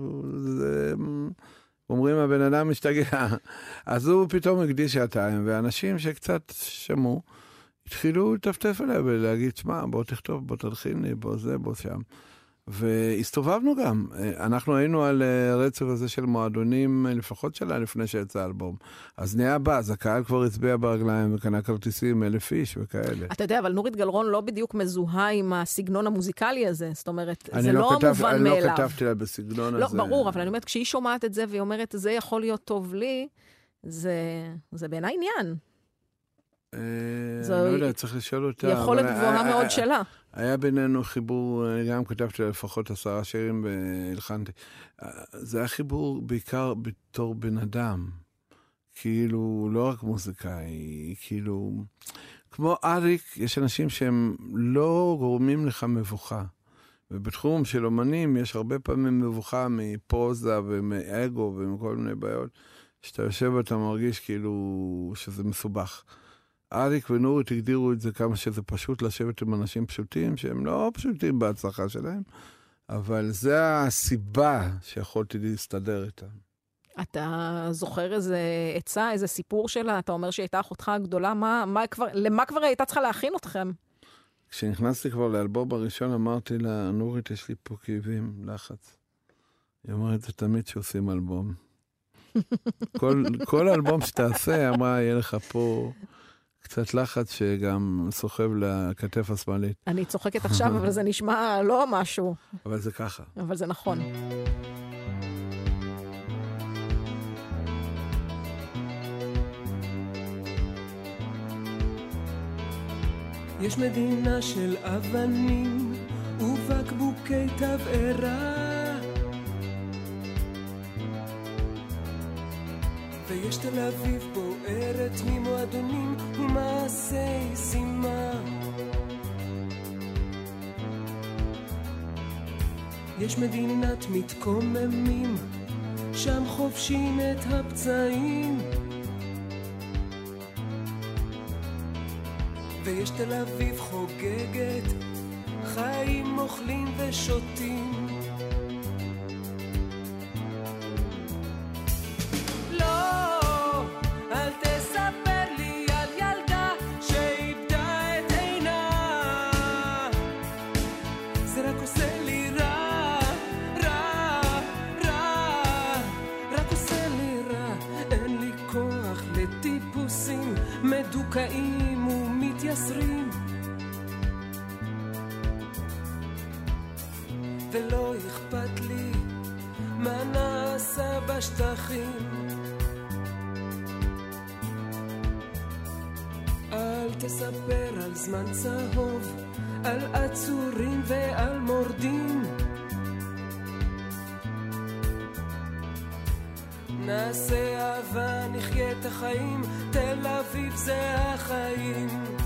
אומרים הבן אדם משתגע. אז הוא פתאום הקדיש שעתיים, ואנשים שקצת שמעו, התחילו לטפטף עליה ולהגיד, שמה, בוא תכתוב, בוא תלחין לי, בוא זה, בוא שם. והסתובבנו גם. אנחנו היינו על רצף הזה של מועדונים, לפחות שלה לפני שיצא האלבום. אז נהיה באז, הקהל כבר הצביע ברגליים וקנה כרטיסים 1,000 איש וכאלה. אתה יודע, אבל נורית גלרון לא בדיוק מזוהה עם הסגנון המוזיקלי הזה. זאת אומרת, זה לא מובן מאליו. אני לא כתבתי לה בסגנון הזה. לא, ברור, אבל אני אומרת, כשהיא שומעת את זה והיא אומרת, זה יכול להיות טוב לי, זה בעיניי עניין. לא יודע, צריך לשאול אותה. יכולת גבוהה מאוד שלה. היה בינינו חיבור, גם כתבתי לפחות 10 שירים והלחנתי. זה היה חיבור בעיקר בתור בן אדם. כאילו, לא רק מוזיקאי, כאילו... כמו אריק, יש אנשים שהם לא גורמים לך מבוכה. ובתחום של אומנים יש הרבה פעמים מבוכה מפוזה ומאגו ומכל מיני בעיות. שאתה יושב ואתה מרגיש כאילו שזה מסובך. אריק ונורית הגדירו את זה כמה שזה פשוט לשבת עם אנשים פשוטים, שהם לא פשוטים בהצלחה שלהם, אבל זה הסיבה שיכולתי להסתדר איתם. אתה זוכר איזה עצה, איזה סיפור שלה? אתה אומר שהיא הייתה אחותך הגדולה, למה כבר הייתה צריכה להכין אתכם? כשנכנסתי כבר לאלבום הראשון, אמרתי לה, נורית, יש לי פה כאבים, לחץ. היא אומרת, זה תמיד שעושים אלבום. כל אלבום שתעשה, אמרה, יהיה לך פה... קצת לחץ שגם סוחב לכתף השמאלית. אני צוחקת עכשיו, אבל זה נשמע לא משהו. אבל זה ככה. אבל זה נכון. יש מדינה של אבנים ובקבוקי תבערה, ויש תל אביב בוערת ממועדונים ומעשי שימה. יש מדינת מתקוממים, שם חופשים את הפצעים, ויש תל אביב חוגגת, חיים אוכלים ושותים. מדוכאים ומתייסרים, ולא אכפת לי מה נעשה בשטחים. על תספר על זמן צהוב, על עצורים ועל מורדים. נעשה אהבה, נחיה את החיים, תל אביב זה החיים.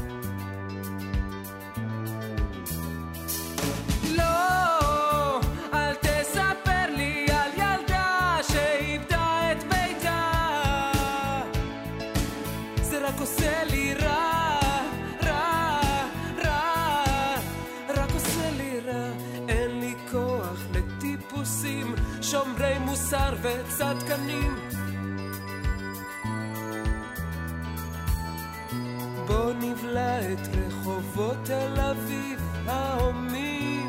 לא, אל תספר לי על ילדה שאיבדה את ביתה, זה רק עושה לי רע, רע, רע, רק עושה לי רע. אין לי כוח לטיפוסים שומרי מוסר וצדקנים. בוא נבלע את רחובות תל אביב ההומים.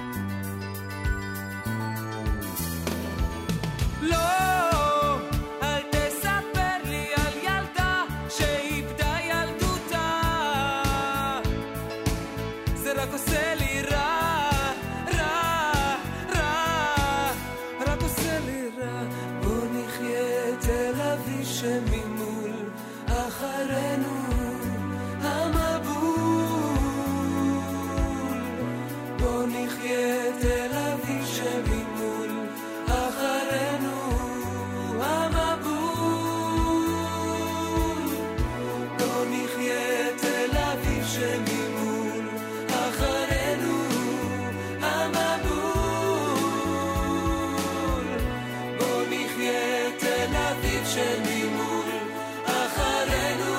לא, אל תספר לי על ילדה שאיבדה ילדותה, זה רק עושה לי רע, רע, רע, רק עושה לי רע. בוא נחיה את תל אביב שממול, אחרינו בוא נחיה תל אביב שממול, אחרינו המבול. בוא נחיה תל אביב שממול, אחרינו המבול. בוא נחיה תל אביב שממול, אחרינו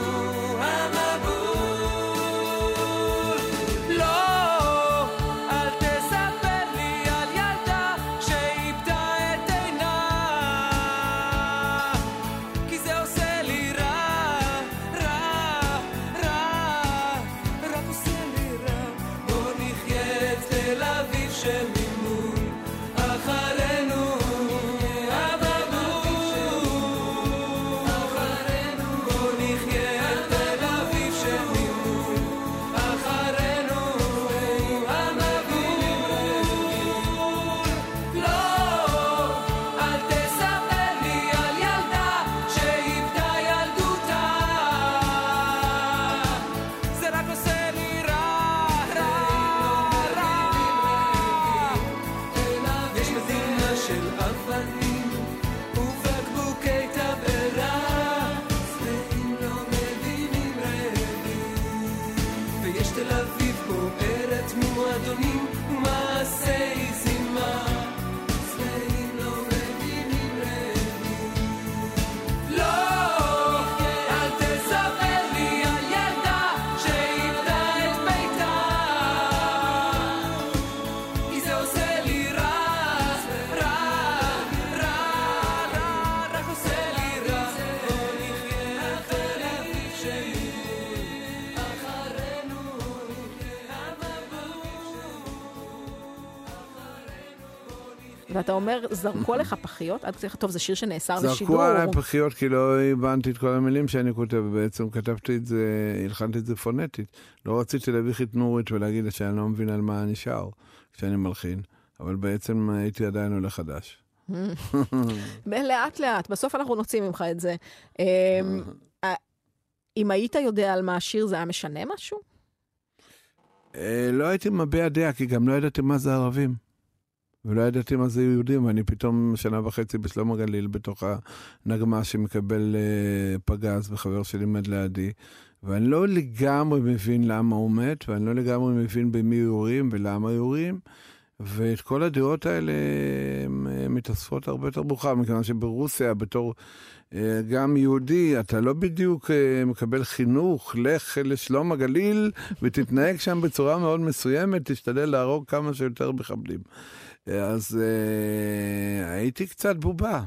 ואתה אומר, זרקו לך פחיות? עד כדי, טוב, זה שיר שנאסר בשידור. זרקו עליי פחיות, כי לא הבנתי את כל המילים שאני כותב, בעצם כתבתי את זה, הלחנתי את זה פונטית. לא רציתי להביא חיתנורית ולהגיד שאני לא מבין על מה אני שר, כשאני מלחין, אבל בעצם הייתי עדיין עולה חדש. לאט לאט, בסוף אנחנו נוציא ממך את זה. אם היית יודע על מה השיר, זה היה משנה משהו? לא הייתי מביע דעה, כי גם לא ידעתי מה זה ערבים. ולא ידעתי מה זה יהודים, ואני פתאום 1.5 שנה בשלום הגליל, בתוך הנגמה שמקבל פגז, וחבר שלי עמד לידי, ואני לא לגמרי מבין למה הוא מת, ואני לא לגמרי מבין במי יורים ולמה יורים, ואת כל הדעות האלה מתאספות הרבה יותר מאוחר, מכיוון שברוסיה, בתור גם יהודי, אתה לא בדיוק מקבל חינוך, לך לשלום הגליל, ותתנהג שם בצורה מאוד מסוימת, תשתדל להרוג כמה שיותר מחבלים. אז הייתי קצת בובה.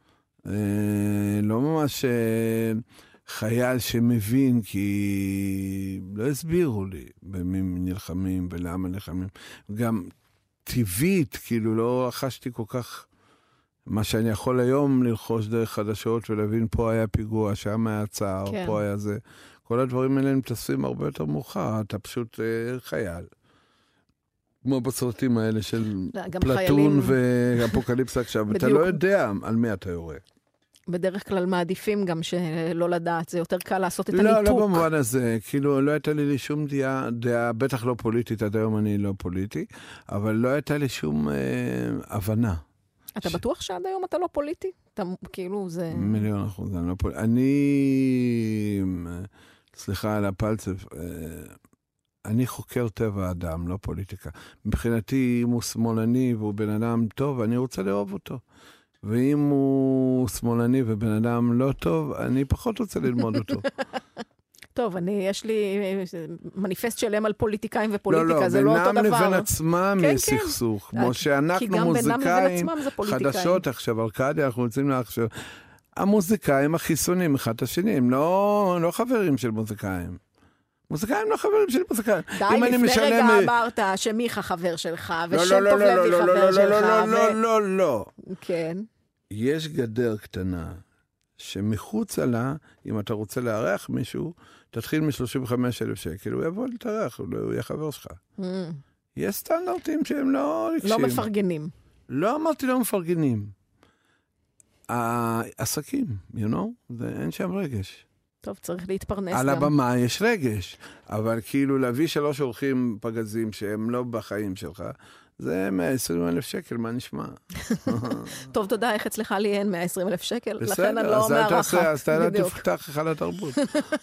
לא ממש חייל שמבין, כי לא הסבירו לי במי נלחמים ולמה נלחמים. גם טבעית, כאילו לא רכשתי כל כך מה שאני יכול היום ללחוש דרך חדשות ולהבין, פה היה פיגוע, שם היה צער, כן. פה היה זה. כל הדברים האלה מתאספים הרבה יותר מאוחר, אתה פשוט חייל. כמו בסרטים האלה של פלטון ואפוקליפסה עכשיו, אתה לא יודע על מי אתה יורה. בדרך כלל מעדיפים גם שלא לדעת, זה יותר קל לעשות את הניתוק. לא במובן הזה, כאילו לא הייתה לי שום דעה, בטח לא פוליטית, עד היום אני לא פוליטי, אבל לא הייתה לי שום הבנה. אתה בטוח שעד היום אתה לא פוליטי? אתה כאילו זה... 1,000,000%, אני לא פוליטי. אני, סליחה על הפלצף, אני חוקר טבע אדם, לא פוליטיקה. מבחינתי, אם הוא שמאלני והוא בן אדם טוב, אני רוצה לאהוב אותו. ואם הוא שמאלני ובן אדם לא טוב, אני פחות רוצה ללמוד אותו. טוב, יש לי מניפסט שלם על פוליטיקאים ופוליטיקה, זה לא אותו דבר. בינם לבין עצמם יש סכסוך. כמו שאנחנו מוזיקאים, חדשות עכשיו, ארקדיה, אנחנו רוצים לעכשיו. המוזיקאים החיסונים אחד את השני, הם לא חברים של מוזיקאים. מוזיקאים לא חברים של מוזיקאים. די, לפני רגע אמרת שמיכה חבר שלך, ושם טוב לוי חבר שלך. לא. כן. יש גדר קטנה, שמחוצה לה, אם אתה רוצה לארח מישהו, תתחיל מ-35,000 שקל, הוא יבוא להתארח, הוא יהיה חבר שלך. יש סטנדרטים שהם לא רגשים. לא מפרגנים. לא אמרתי לא מפרגנים. העסקים, אין שם רגש. טוב, צריך להתפרנס על גם. הבמה יש רגש, אבל כאילו להביא 3 אורחים פגזים שהם לא בחיים שלך, זה 120,000 שקל, מה נשמע? טוב, תודה, איך אצלך לי אין 120,000 שקל, לכן אני לא מארחת. אז אתה תפתח אחד לתרבות.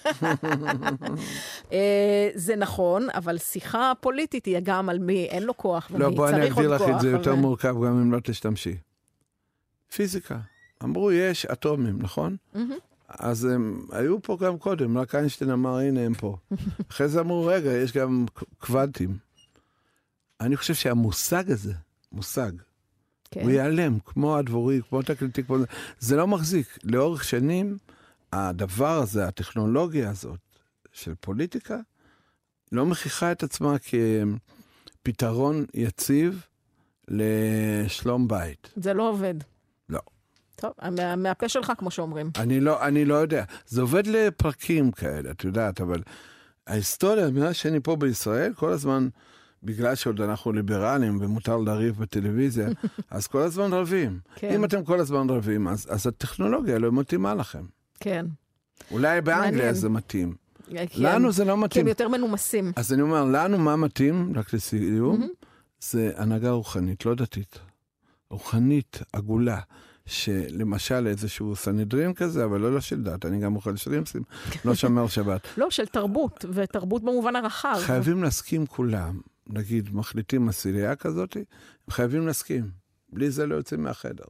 זה נכון, אבל שיחה פוליטית היא גם על מי אין לו כוח, ומי לא, בוא אני צריך עוד אגדיר לך את זה יותר כוח. מורכב, גם אם לא תשתמשי. פיזיקה. אמרו, יש אטומים, נכון? אז הם היו פה גם קודם, רק איינשטיין אמר, הנה הם פה. אחרי זה אמרו, רגע, יש גם קוונטים. אני חושב שהמושג הזה, מושג, הוא ייעלם, כמו הדבורי, כמו תקליטי, זה לא מחזיק. לאורך שנים, הדבר הזה, הטכנולוגיה הזאת של פוליטיקה, לא מכיחה את עצמה כפתרון יציב לשלום בית. זה לא עובד. לא. טוב, מהפה שלך, כמו שאומרים. אני לא יודע. זה עובד לפרקים כאלה, את יודעת, אבל ההיסטוריה, מאז שאני פה בישראל, כל הזמן, בגלל שעוד אנחנו ליברלים ומותר לריב בטלוויזיה, אז כל הזמן רבים. כן. אם אתם כל הזמן רבים, אז הטכנולוגיה לא מתאימה לכם. כן. אולי באנגליה זה מתאים. כן. לנו זה לא מתאים. כי הם יותר מנומסים. אז אני אומר, לנו מה מתאים, רק לסיום, זה הנהגה רוחנית, לא דתית. רוחנית, עגולה. שלמשל איזשהו סנהדרין כזה, אבל לא של דת, אני גם אוכל שרימפסים, לא שמר שבת. לא, של תרבות, ותרבות במובן הרחב. חייבים להסכים כולם, נגיד, מחליטים מסיליה כזאת, הם חייבים להסכים, בלי זה לא יוצאים מהחדר.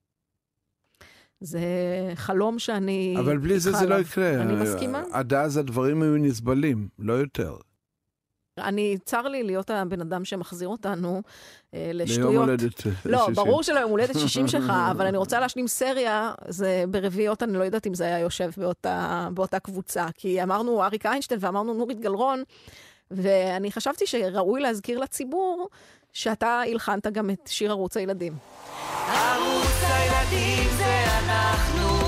זה חלום שאני... אבל בלי זה זה לא יקרה. אני מסכימה. עד אז הדברים היו נסבלים, לא יותר. צר לי להיות הבן אדם שמחזיר אותנו לשטויות. ליום הולדת 60. לא, ברור שלא יום הולדת 60 שלך, אבל אני רוצה להשלים סריה, זה ברביעיות, אני לא יודעת אם זה היה יושב באותה קבוצה, כי אמרנו אריק איינשטיין ואמרנו נורית גלרון, ואני חשבתי שראוי להזכיר לציבור שאתה הלחנת גם את שיר ערוץ הילדים. ערוץ הילדים זה אנחנו,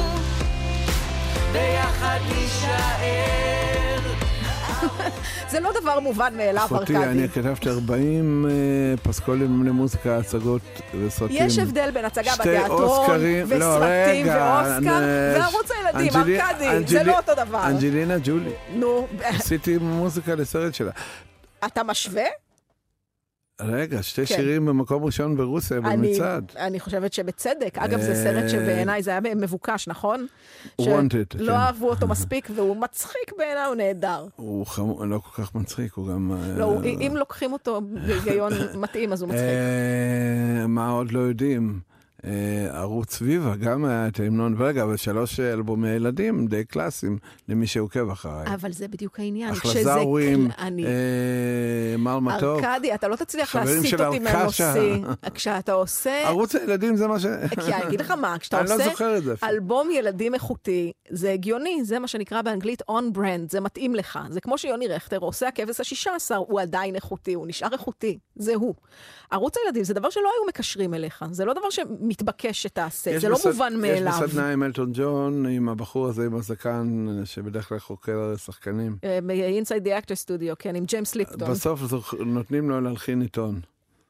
ביחד נשאר. זה לא דבר מובן מאליו, ארקדי. אחותי, אני כתבתי 40 פסקולים למוזיקה, הצגות וסרטים. יש הבדל בין הצגה בתיאטרון, וסרטים ואוסקר, וערוץ הילדים, ארקדי, זה לא אותו דבר. אנג'לינה ג'ולי. נו. עשיתי מוזיקה לסרט שלה. אתה משווה? רגע, 2 שירים במקום ראשון ברוסיה, במצעד. אני חושבת שבצדק. אגב, זה סרט שבעיניי זה היה מבוקש, נכון? Wanted, שלא אהבו אותו מספיק, והוא מצחיק בעיניי, הוא נהדר. הוא לא כל כך מצחיק, הוא גם... לא, אם לוקחים אותו בהיגיון מתאים, אז הוא מצחיק. מה עוד לא יודעים? ערוץ ויבה, גם היה את ההמנון ורגע, אבל 3 אלבומי ילדים די קלאסיים למי שעוקב אחריי. אבל זה בדיוק העניין. החלזאורים, מר מתוק. ארקדי, אתה לא תצליח להסיט אותי מהנושא. כשאתה עושה... ערוץ הילדים זה מה ש... כי אני אגיד לך מה, כשאתה עושה אלבום ילדים איכותי, זה הגיוני, זה מה שנקרא באנגלית on brand, זה מתאים לך. זה כמו שיוני רכטר עושה הכבש ה-16, הוא עדיין איכותי, הוא נשאר איכותי, זה הוא. ערוץ הילדים זה דבר שלא היו מקשרים אליך, זה לא דבר מתבקש שתעשה, זה לא מובן מאליו. יש בסדנה עם אלטון ג'ון, עם הבחור הזה, עם הזקן, שבדרך כלל חוקר שחקנים. ב-Inside the Actor Studio, כן, עם ג'יימס ליפטון. בסוף נותנים לו להלחין עיתון.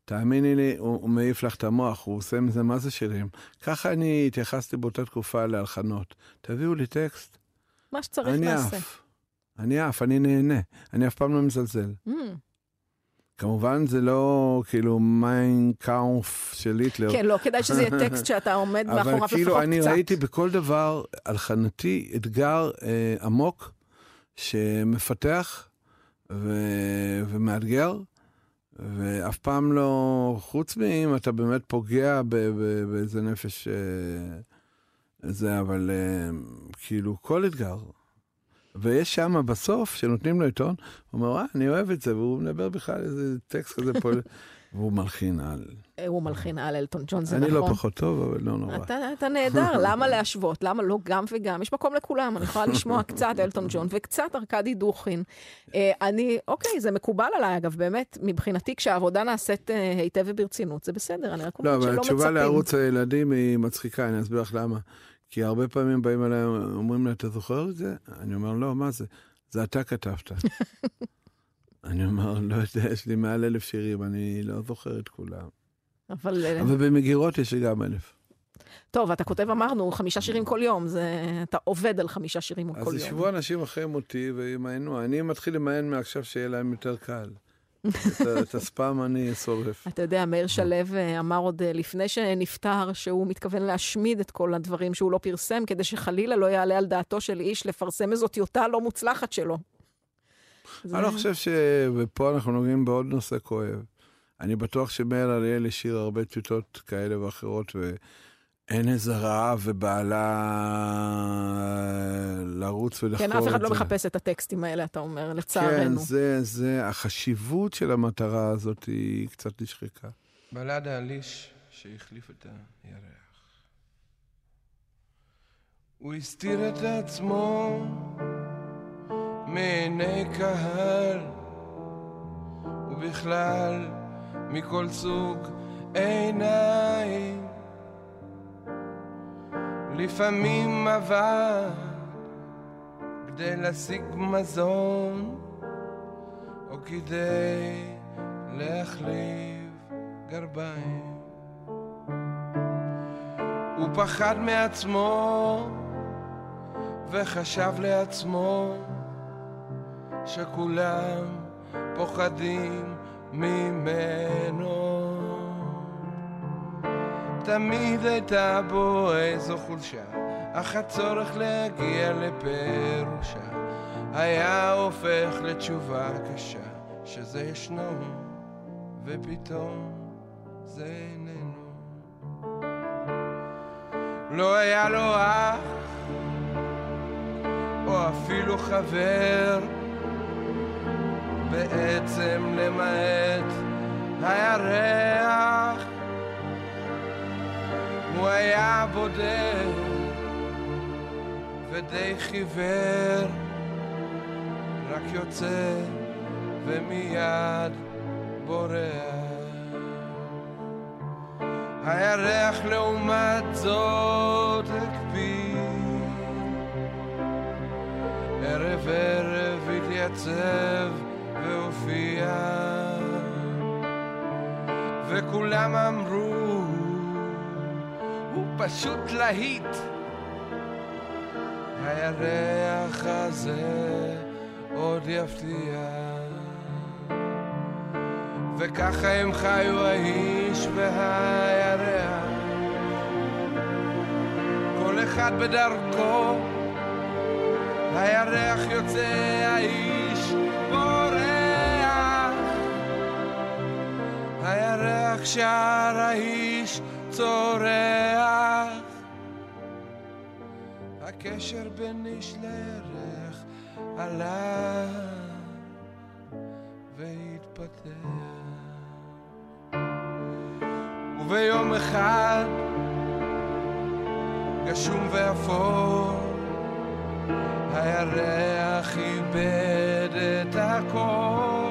תאמיני לי, הוא מעיף לך את המוח, הוא עושה מזה מה זה שירים. ככה אני התייחסתי באותה תקופה להלחנות. תביאו לי טקסט. מה שצריך נעשה. אני נהנה. אני אף פעם לא מזלזל. כמובן זה לא כאילו מיין קאונף של היטלר. כן, לא, כדאי שזה יהיה טקסט שאתה עומד מאחוריו לפחות קצת. אבל כאילו אני ראיתי בכל דבר הלחנתי אתגר עמוק שמפתח ומאתגר, ואף פעם לא, חוץ מאם אתה באמת פוגע באיזה נפש זה, אבל כאילו כל אתגר. ויש שם בסוף, שנותנים לו עיתון, הוא אומר, אני אוהב את זה, והוא מדבר בכלל איזה טקסט כזה פה, והוא מלחין על. הוא מלחין על אלטון ג'ון, זה נכון. אני לא פחות טוב, אבל לא נורא. אתה נהדר, למה להשוות? למה לא גם וגם? יש מקום לכולם, אני יכולה לשמוע קצת אלטון ג'ון, וקצת ארקדי דוכין. אוקיי, זה מקובל עליי, אגב, באמת, מבחינתי, כשהעבודה נעשית היטב וברצינות, זה בסדר, אני רק אומרת שלא מצפים. לא, אבל התשובה לערוץ הילדים היא מצחיקה, אני אסביר לך למה. כי הרבה פעמים באים אליי, אומרים לה, אתה זוכר את זה? אני אומר, לא, מה זה? זה אתה כתבת. אני אומר, לא יודע, יש לי מעל 1,000 שירים, אני לא זוכר את כולם. אבל במגירות יש לי גם 1,000. טוב, אתה כותב, אמרנו, 5 שירים כל יום, אתה עובד על 5 שירים כל יום. אז ישבו אנשים אחרים אותי וימיינו. אני מתחיל למיין מעכשיו שיהיה להם יותר קל. את הספאם אני שורף. אתה יודע, מאיר שלו אמר עוד לפני שנפטר שהוא מתכוון להשמיד את כל הדברים שהוא לא פרסם, כדי שחלילה לא יעלה על דעתו של איש לפרסם איזו טיוטה לא מוצלחת שלו. אני לא חושב ופה אנחנו נוגעים בעוד נושא כואב. אני בטוח שמאיר אריאל השאיר הרבה טיוטות כאלה ואחרות, ואין איזה רעב ובעלה לרוץ ולחקור את זה. כן, אף אחד לא מחפש את הטקסטים האלה, אתה אומר, לצערנו. כן, החשיבות של המטרה הזאת היא קצת נשחקה. בלד האליש שהחליף את הירח. הוא הסתיר את עצמו מעיני קהל, ובכלל מכל סוג עיניים. לפעמים עבד כדי להשיג מזון, או כדי להחליף גרביים. הוא פחד מעצמו וחשב לעצמו שכולם פוחדים ממנו. תמיד הייתה בו איזו חולשה, אך הצורך להגיע לפירושה היה הופך לתשובה קשה, שזה ישנו ופתאום זה איננו. לא היה לו אח או אפילו חבר, בעצם למעט הירח. הוא היה בודד ודי חיוור, רק יוצא ומיד בורח. הירח לעומת זאת הקפיד, ערב ערב התייצב והופיע, וכולם אמרו הוא פשוט להיט. הירח הזה עוד יפתיע. וככה הם חיו האיש והירח, כל אחד בדרכו. הירח יוצא, האיש בורח. הירח שר, האיש צורח. הקשר בין איש לירח עלה והתפתח. וביום אחד גשום ואפור, הירח איבד את הכל.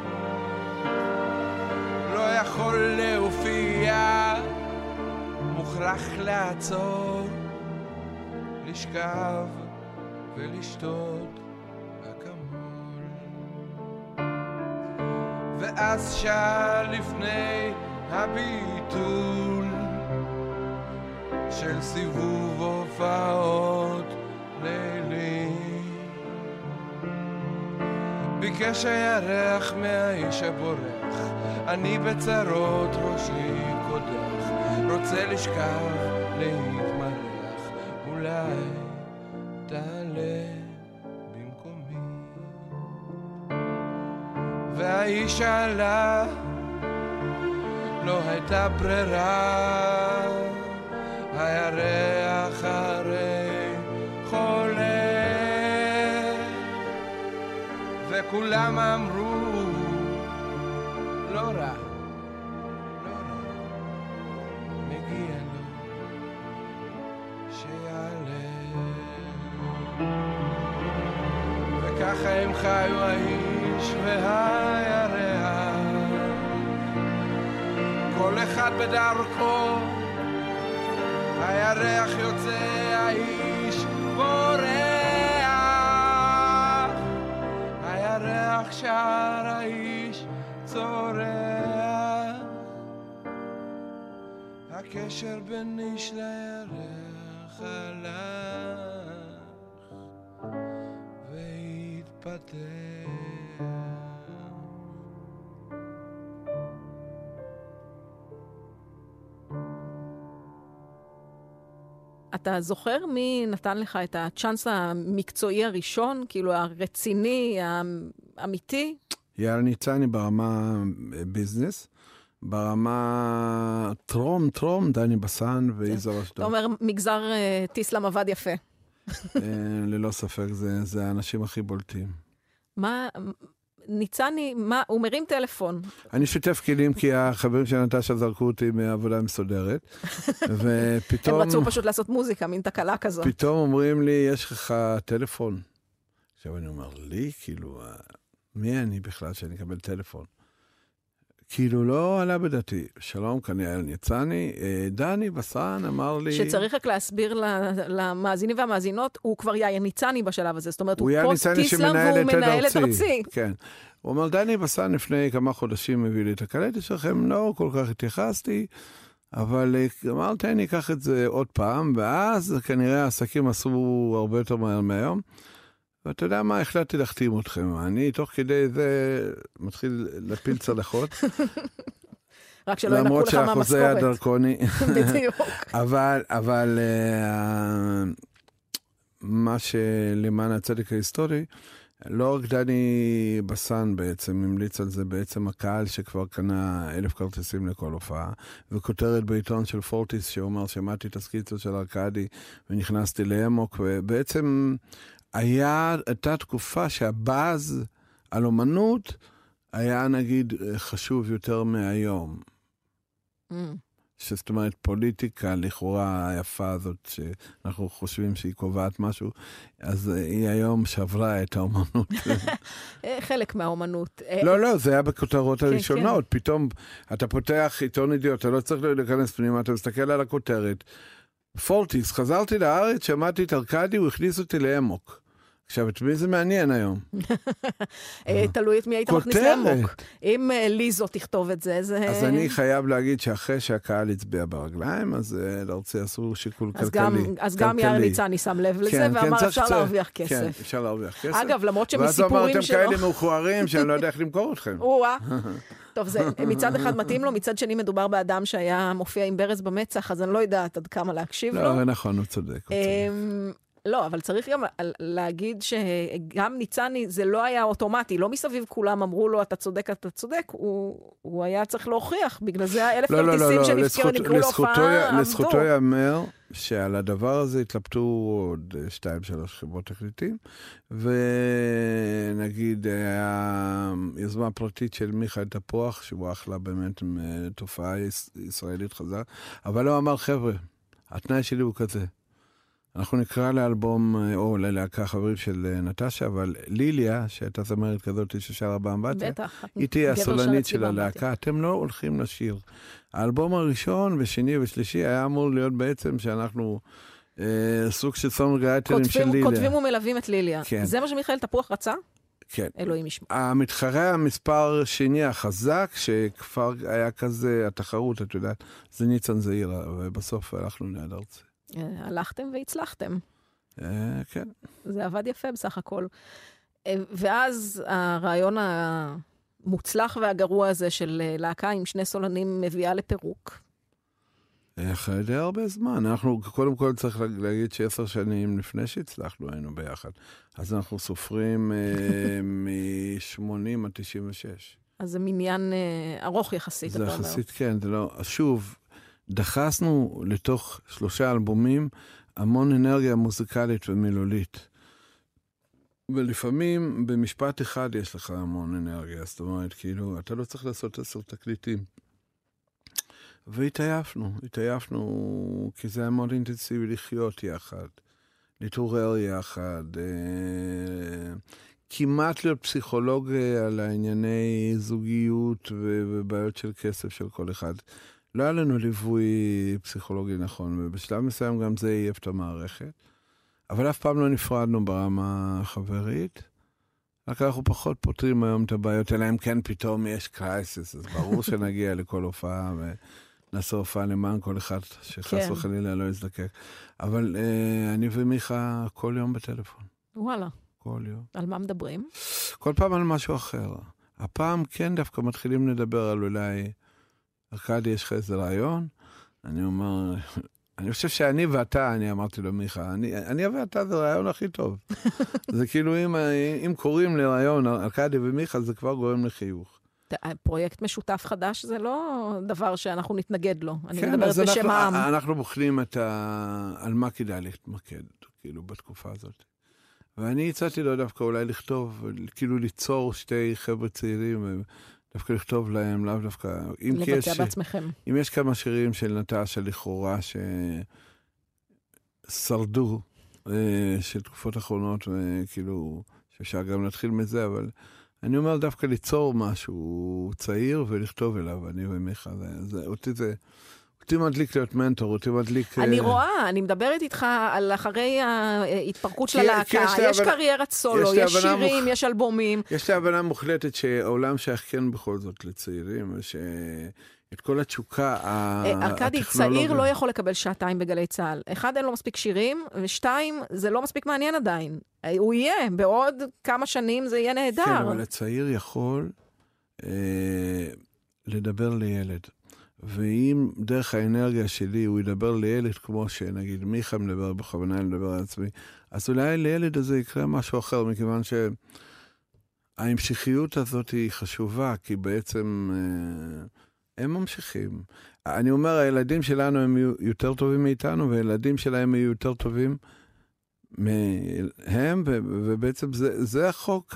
לא יכול להופיע, מוכרח לעצור, לשכב ולשתות אקמול. ואז שעה לפני הביטול של סיבוב הופעות לילי, ביקש הירח מהאיש הבורח, אני בצרות ראשי קודח, רוצה לשכב להתמרח, אולי תעלה במקומי. והאיש עלה, לא הייתה ברירה, הירח הרי חולה, וכולם אמרו לא רע, לא רע, מגיע לו שיעלה. וככה הם חיו האיש והירח, כל אחד בדרכו, הירח יוצא, האיש בורח, הירח שר, האיש צורח. הקשר בין איש לירח הלך והתפתח. אתה זוכר מי נתן לך את הצ'אנס המקצועי הראשון, כאילו הרציני, האמיתי? יעל ניצני ברמה ביזנס, ברמה טרום, דני בסן ויזהר אשדוד. אתה אומר מגזר טיסלאם עבד יפה. ללא ספק, זה האנשים הכי בולטים. מה... ניצני, הוא מרים טלפון. אני שותף כלים כי החברים של נטשה זרקו אותי מעבודה מסודרת, ופתאום... הם רצו פשוט לעשות מוזיקה, מין תקלה כזו. פתאום אומרים לי, יש לך טלפון? עכשיו אני אומר, לי? כאילו, מי אני בכלל שאני אקבל טלפון? כאילו לא עלה בדעתי. שלום, כאן יעל ניצני. דני בסן אמר לי... שצריך רק להסביר למאזינים והמאזינות, הוא כבר יאיר ניצני בשלב הזה. זאת אומרת, הוא פוסט טיסלאם והוא מנהל את ארצי. כן. הוא אומר, דני בסן לפני כמה חודשים מביא לי את הקלטת שלכם, לא כל כך התייחסתי, אבל אמרתי, אני אקח את זה עוד פעם, ואז כנראה העסקים עשו הרבה יותר מהר מהיום. ואתה יודע מה, החלטתי להחתים אתכם. אני תוך כדי זה מתחיל להפיל צלחות. רק שלא ינקו לך מהמשכורת. למרות שהחוזה הדרקוני. בדיוק. אבל מה שלמען הצדק ההיסטורי, לא רק דני בסן בעצם המליץ על זה, בעצם הקהל שכבר קנה 1,000 כרטיסים לכל הופעה, וכותרת בעיתון של פורטיס שאומר, שמעתי את הסקיצות של ארקדי ונכנסתי לאמוק, ובעצם... הייתה תקופה שהבאז על אומנות היה נגיד חשוב יותר מהיום. זאת אומרת, פוליטיקה לכאורה היפה הזאת שאנחנו חושבים שהיא קובעת משהו, אז היא היום שברה את האומנות. חלק מהאומנות. לא, זה היה בכותרות הראשונות. פתאום אתה פותח עיתון ידיעות, אתה לא צריך להיכנס פנימה, אתה מסתכל על הכותרת. פורטיס, חזרתי לארץ, שמעתי את ארקדי, הוא הכניס אותי לאמוק. עכשיו, את מי זה מעניין היום? תלוי את מי היית מכניס לאמוק. אם ליזו תכתוב את זה, זה... אז אני חייב להגיד שאחרי שהקהל הצביע ברגליים, אז לארצי עשו שיקול כלכלי. אז גם יאיר ניצני שם לב לזה, ואמר אפשר להרוויח כסף. כן, אפשר להרוויח כסף. אגב, למרות שמסיפורים שלו... ואז אמרתם כאלה מאוחרים, שאני לא יודע איך למכור אתכם. טוב, זה מצד אחד מתאים לו, מצד שני מדובר באדם שהיה מופיע עם ברז במצח, אז אני לא יודעת עד כמה להקשיב לו. לא, נכון, הוא צודק. לא, אבל צריך גם להגיד שגם ניצני זה לא היה אוטומטי, לא מסביב כולם אמרו לו אתה צודק, הוא היה צריך להוכיח, בגלל זה ה1,000 כרטיסים שנקראו לו הופעה. לזכותו יאמר שעל הדבר הזה התלבטו עוד 2-3 חברות תקליטים, ונגיד יזמה פרטית של מיכאל תפוח, שהוא אחלה באמת תופעה ישראלית חזק, אבל הוא אמר חבר'ה, התנאי שלי הוא כזה, אנחנו נקרא לאלבום, או ללהקה חברים של נטשה, אבל ליליה, שהייתה זמרת כזאת ששרה באמבטיה, היא תהיה הסולנית של הלהקה, אתם לא הולכים לשיר. האלבום הראשון ושני ושלישי היה אמור להיות בעצם שאנחנו סוג של סונגרייטרים של ליליה. כותבים ומלווים את ליליה. זה מה שמיכאל תפוח רצה? כן. אלוהים ישמע. המתחרה המספר שני החזק, שכבר היה כזה, התחרות, את יודעת, זה ניצן זעירה, ובסוף הלכנו ליד ארצי. הלכתם והצלחתם. כן. זה עבד יפה בסך הכל. ואז הרעיון המוצלח והגרוע הזה של להקה עם שני סולנים מביאה לפירוק. אחרי די הרבה זמן. אנחנו קודם כל צריך להגיד ש10 שנים לפני שהצלחנו היינו ביחד. אז אנחנו סופרים מ-80 עד 96. אז זה מניין ארוך יחסית, אתה אומר. זה יחסית, כן. זה לא... שוב, דחסנו לתוך 3 אלבומים המון אנרגיה מוזיקלית ומילולית. ולפעמים במשפט אחד יש לך המון אנרגיה. זאת אומרת, כאילו, אתה לא צריך לעשות 10 תקליטים. והתעייפנו, כי זה היה מאוד אינטנסיבי לחיות יחד, להתעורר יחד, כמעט להיות פסיכולוג על הענייני זוגיות ובעיות של כסף של כל אחד. לא היה לנו ליווי פסיכולוגי נכון, ובשלב מסוים גם זה עייף את המערכת, אבל אף פעם לא נפרדנו ברמה החברית, רק אנחנו פחות פותרים היום את הבעיות, אלא אם כן פתאום יש קרייסיס, אז ברור שנגיע לכל הופעה נעשה הופעה למען כל אחד שחס וחלילה לא יזדקק. אבל אני ומיכה כל יום בטלפון. וואלה. כל יום. על מה מדברים? כל פעם על משהו אחר. הפעם כן דווקא מתחילים לדבר על אולי, ארכדי, יש לך איזה רעיון? אני אומר, אני חושב שאני ואתה, אני אמרתי לו מיכה, אני ואתה זה הרעיון הכי טוב. זה כאילו אם קוראים לרעיון ארכדי ומיכה, זה כבר גורם לחיוך. פרויקט משותף חדש זה לא דבר שאנחנו נתנגד לו. אני כן, מדברת בשם העם. אנחנו בוחנים על מה כדאי להתמקד, כאילו, בתקופה הזאת. ואני הצעתי לו דווקא אולי לכתוב, כאילו ליצור 2 חבר'ה צעירים, דווקא לכתוב להם, לאו דווקא... לבצע בעצמכם. אם יש כמה שירים של נטשה לכאורה ששרדו של תקופות אחרונות, וכאילו, שאפשר גם להתחיל מזה, אבל... אני אומר דווקא ליצור משהו צעיר ולכתוב אליו, אני ומיכה, אותי מדליק להיות מנטור, אותי מדליק... אני רואה, אני מדברת איתך על אחרי ההתפרקות של הלהקה, יש קריירת סולו, יש שירים, יש אלבומים. יש לי הבנה מוחלטת שהעולם שייך כן בכל זאת לצעירים, את כל התשוקה הטכנולוגיה. ארכדי, צעיר לא יכול לקבל 2 בגלי צהל. 1, אין לו מספיק שירים, ו2, זה לא מספיק מעניין עדיין. הוא יהיה, בעוד כמה שנים זה יהיה נהדר. כן, אבל הצעיר יכול לדבר לילד. ואם דרך האנרגיה שלי הוא ידבר לילד, כמו שנגיד מיכה מדבר בכוונה לדבר על עצמי, אז אולי לילד הזה יקרה משהו אחר, מכיוון שההמשכיות הזאת היא חשובה, כי בעצם... הם ממשיכים. אני אומר, הילדים שלנו הם יותר טובים מאיתנו, והילדים שלהם יהיו יותר טובים מהם, ובעצם זה החוק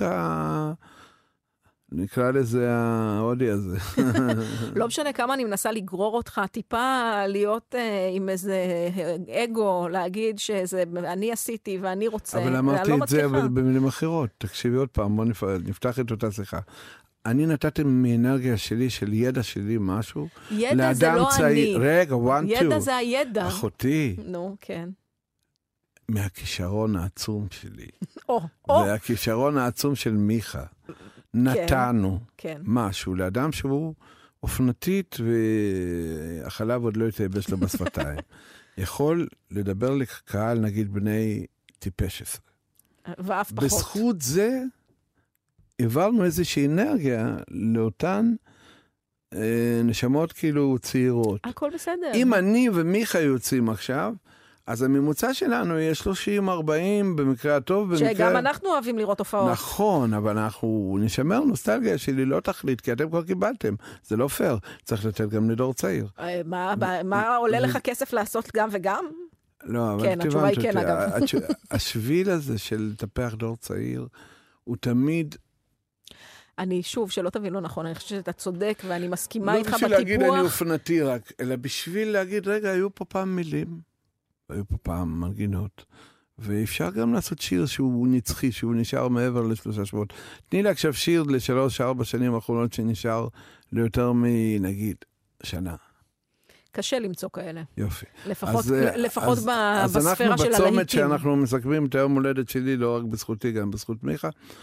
נקרא לזה ההודי הזה. לא משנה כמה אני מנסה לגרור אותך, טיפה להיות עם איזה אגו, להגיד שזה אני עשיתי ואני רוצה. אבל אמרתי את זה במילים אחרות. תקשיבי עוד פעם, בוא נפתח את אותה שיחה. אני נתתי מאנרגיה שלי, של ידע שלי, משהו. ידע זה לא צעיר. אני. רגע, ידע זה הידע. אחותי. נו, כן. מהכישרון העצום שלי. והכישרון העצום של מיכה. נתנו משהו לאדם שהוא אופנתית, והחלב עוד לא יתייבש לו בשפתיים. יכול לדבר לקהל, נגיד, בני טיפש 10. ואף פחות. בזכות זה... העברנו איזושהי אנרגיה לאותן נשמות כאילו צעירות. הכל בסדר. אם אני ומיכה יוצאים עכשיו, אז הממוצע שלנו יהיה 30-40 במקרה הטוב. שגם אנחנו אוהבים לראות הופעות. נכון, אבל אנחנו נשמר נוסטלגיה שלי לא תכלית, כי אתם כבר קיבלתם. זה לא פייר. צריך לתת גם לדור צעיר. מה עולה לך כסף לעשות גם וגם? לא, אבל כן, התשובה היא כן, אגב. השביל הזה של לטפח דור צעיר, הוא תמיד... אני שוב, שלא תבין לא נכון, אני חושבת שאתה צודק, ואני מסכימה איתך בטיפוח. לא בשביל להגיד אני אופנתי רק, אלא בשביל להגיד, רגע, היו פה פעם מילים, היו פה פעם מנגינות, ואפשר גם לעשות שיר שהוא נצחי, שהוא נשאר מעבר ל3 שבועות. תני לי עכשיו שיר ל3-4 שנים האחרונות שנשאר ליותר מנגיד שנה. קשה למצוא כאלה. יופי. לפחות בספירה של הלהיטים. אז אנחנו בצומת שאנחנו מסכמים את היום הולדת שלי, לא רק בזכותי, גם בזכות מיכה,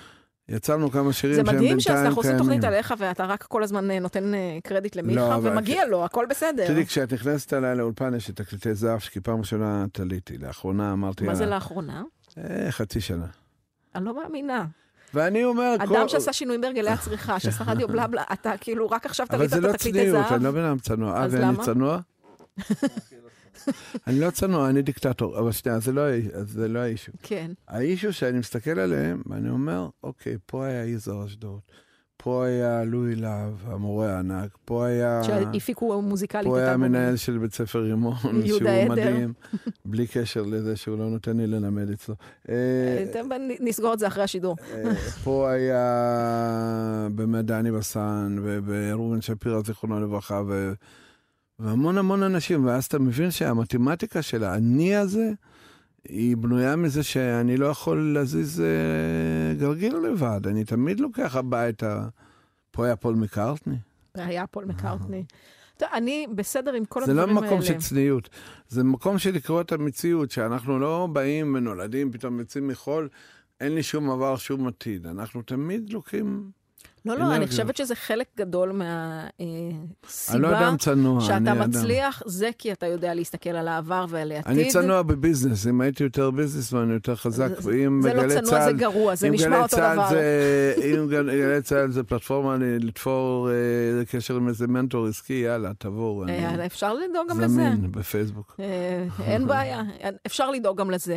יצרנו כמה שירים שהם בינתיים קיימים. זה מדהים שאנחנו עושים תוכנית עליך, ואתה רק כל הזמן נותן קרדיט למיכה, ומגיע לו, הכל בסדר. תראי, כשאת נכנסת עליי לאולפן, יש את תקליטי זהב, כי פעם ראשונה תליתי. לאחרונה אמרתי... מה זה לאחרונה? חצי שנה. אני לא מאמינה. ואני אומר... אדם שעשה שינויים בהרגלי הצריכה, שעשה רדיו בלה בלה, אתה כאילו רק עכשיו תלית את התקליטי זהב. אבל זה לא צניעות, אני לא בן אדם צנוע. אז למה? אני צנוע? אני לא צנוע, אני דיקטטור, אבל שנייה, זה לא האישו. כן. האישו שאני מסתכל עליהם, ואני אומר, אוקיי, פה היה יזהר אשדוד, פה היה לואי להב, המורה הענק, פה היה... שהפיקו מוזיקלית. פה היה מנהל של בית ספר רימון, שהוא מדהים, בלי קשר לזה שהוא לא נותן לי ללמד אצלו. נסגור את זה אחרי השידור. פה היה באמת דני בסן, וראובן שפירא, זיכרונו לברכה, והמון המון אנשים, ואז אתה מבין שהמתמטיקה של האני הזה, היא בנויה מזה שאני לא יכול להזיז גרגיל לבד, אני תמיד לוקח הביתה. פה היה פול מקארטני. היה פול מקארטני. אני בסדר עם כל הדברים האלה. זה לא מקום של צניעות, זה מקום של לקרוא את המציאות, שאנחנו לא באים ונולדים, פתאום יוצאים מחול, אין לי שום עבר, שום עתיד. אנחנו תמיד לוקחים... לא, אני חושבת שזה חלק גדול מהסיבה שאתה מצליח, זה כי אתה יודע להסתכל על העבר ועל העתיד. אני צנוע בבזנס, אם הייתי יותר בזנס ואני יותר חזק. זה לא צנוע, זה גרוע, זה נשמע אותו דבר. אם גלי צהל זה פלטפורמה לתפור קשר עם איזה מנטור עסקי, יאללה, תבואו. אפשר לדאוג גם לזה. זמין בפייסבוק. אין בעיה, אפשר לדאוג גם לזה.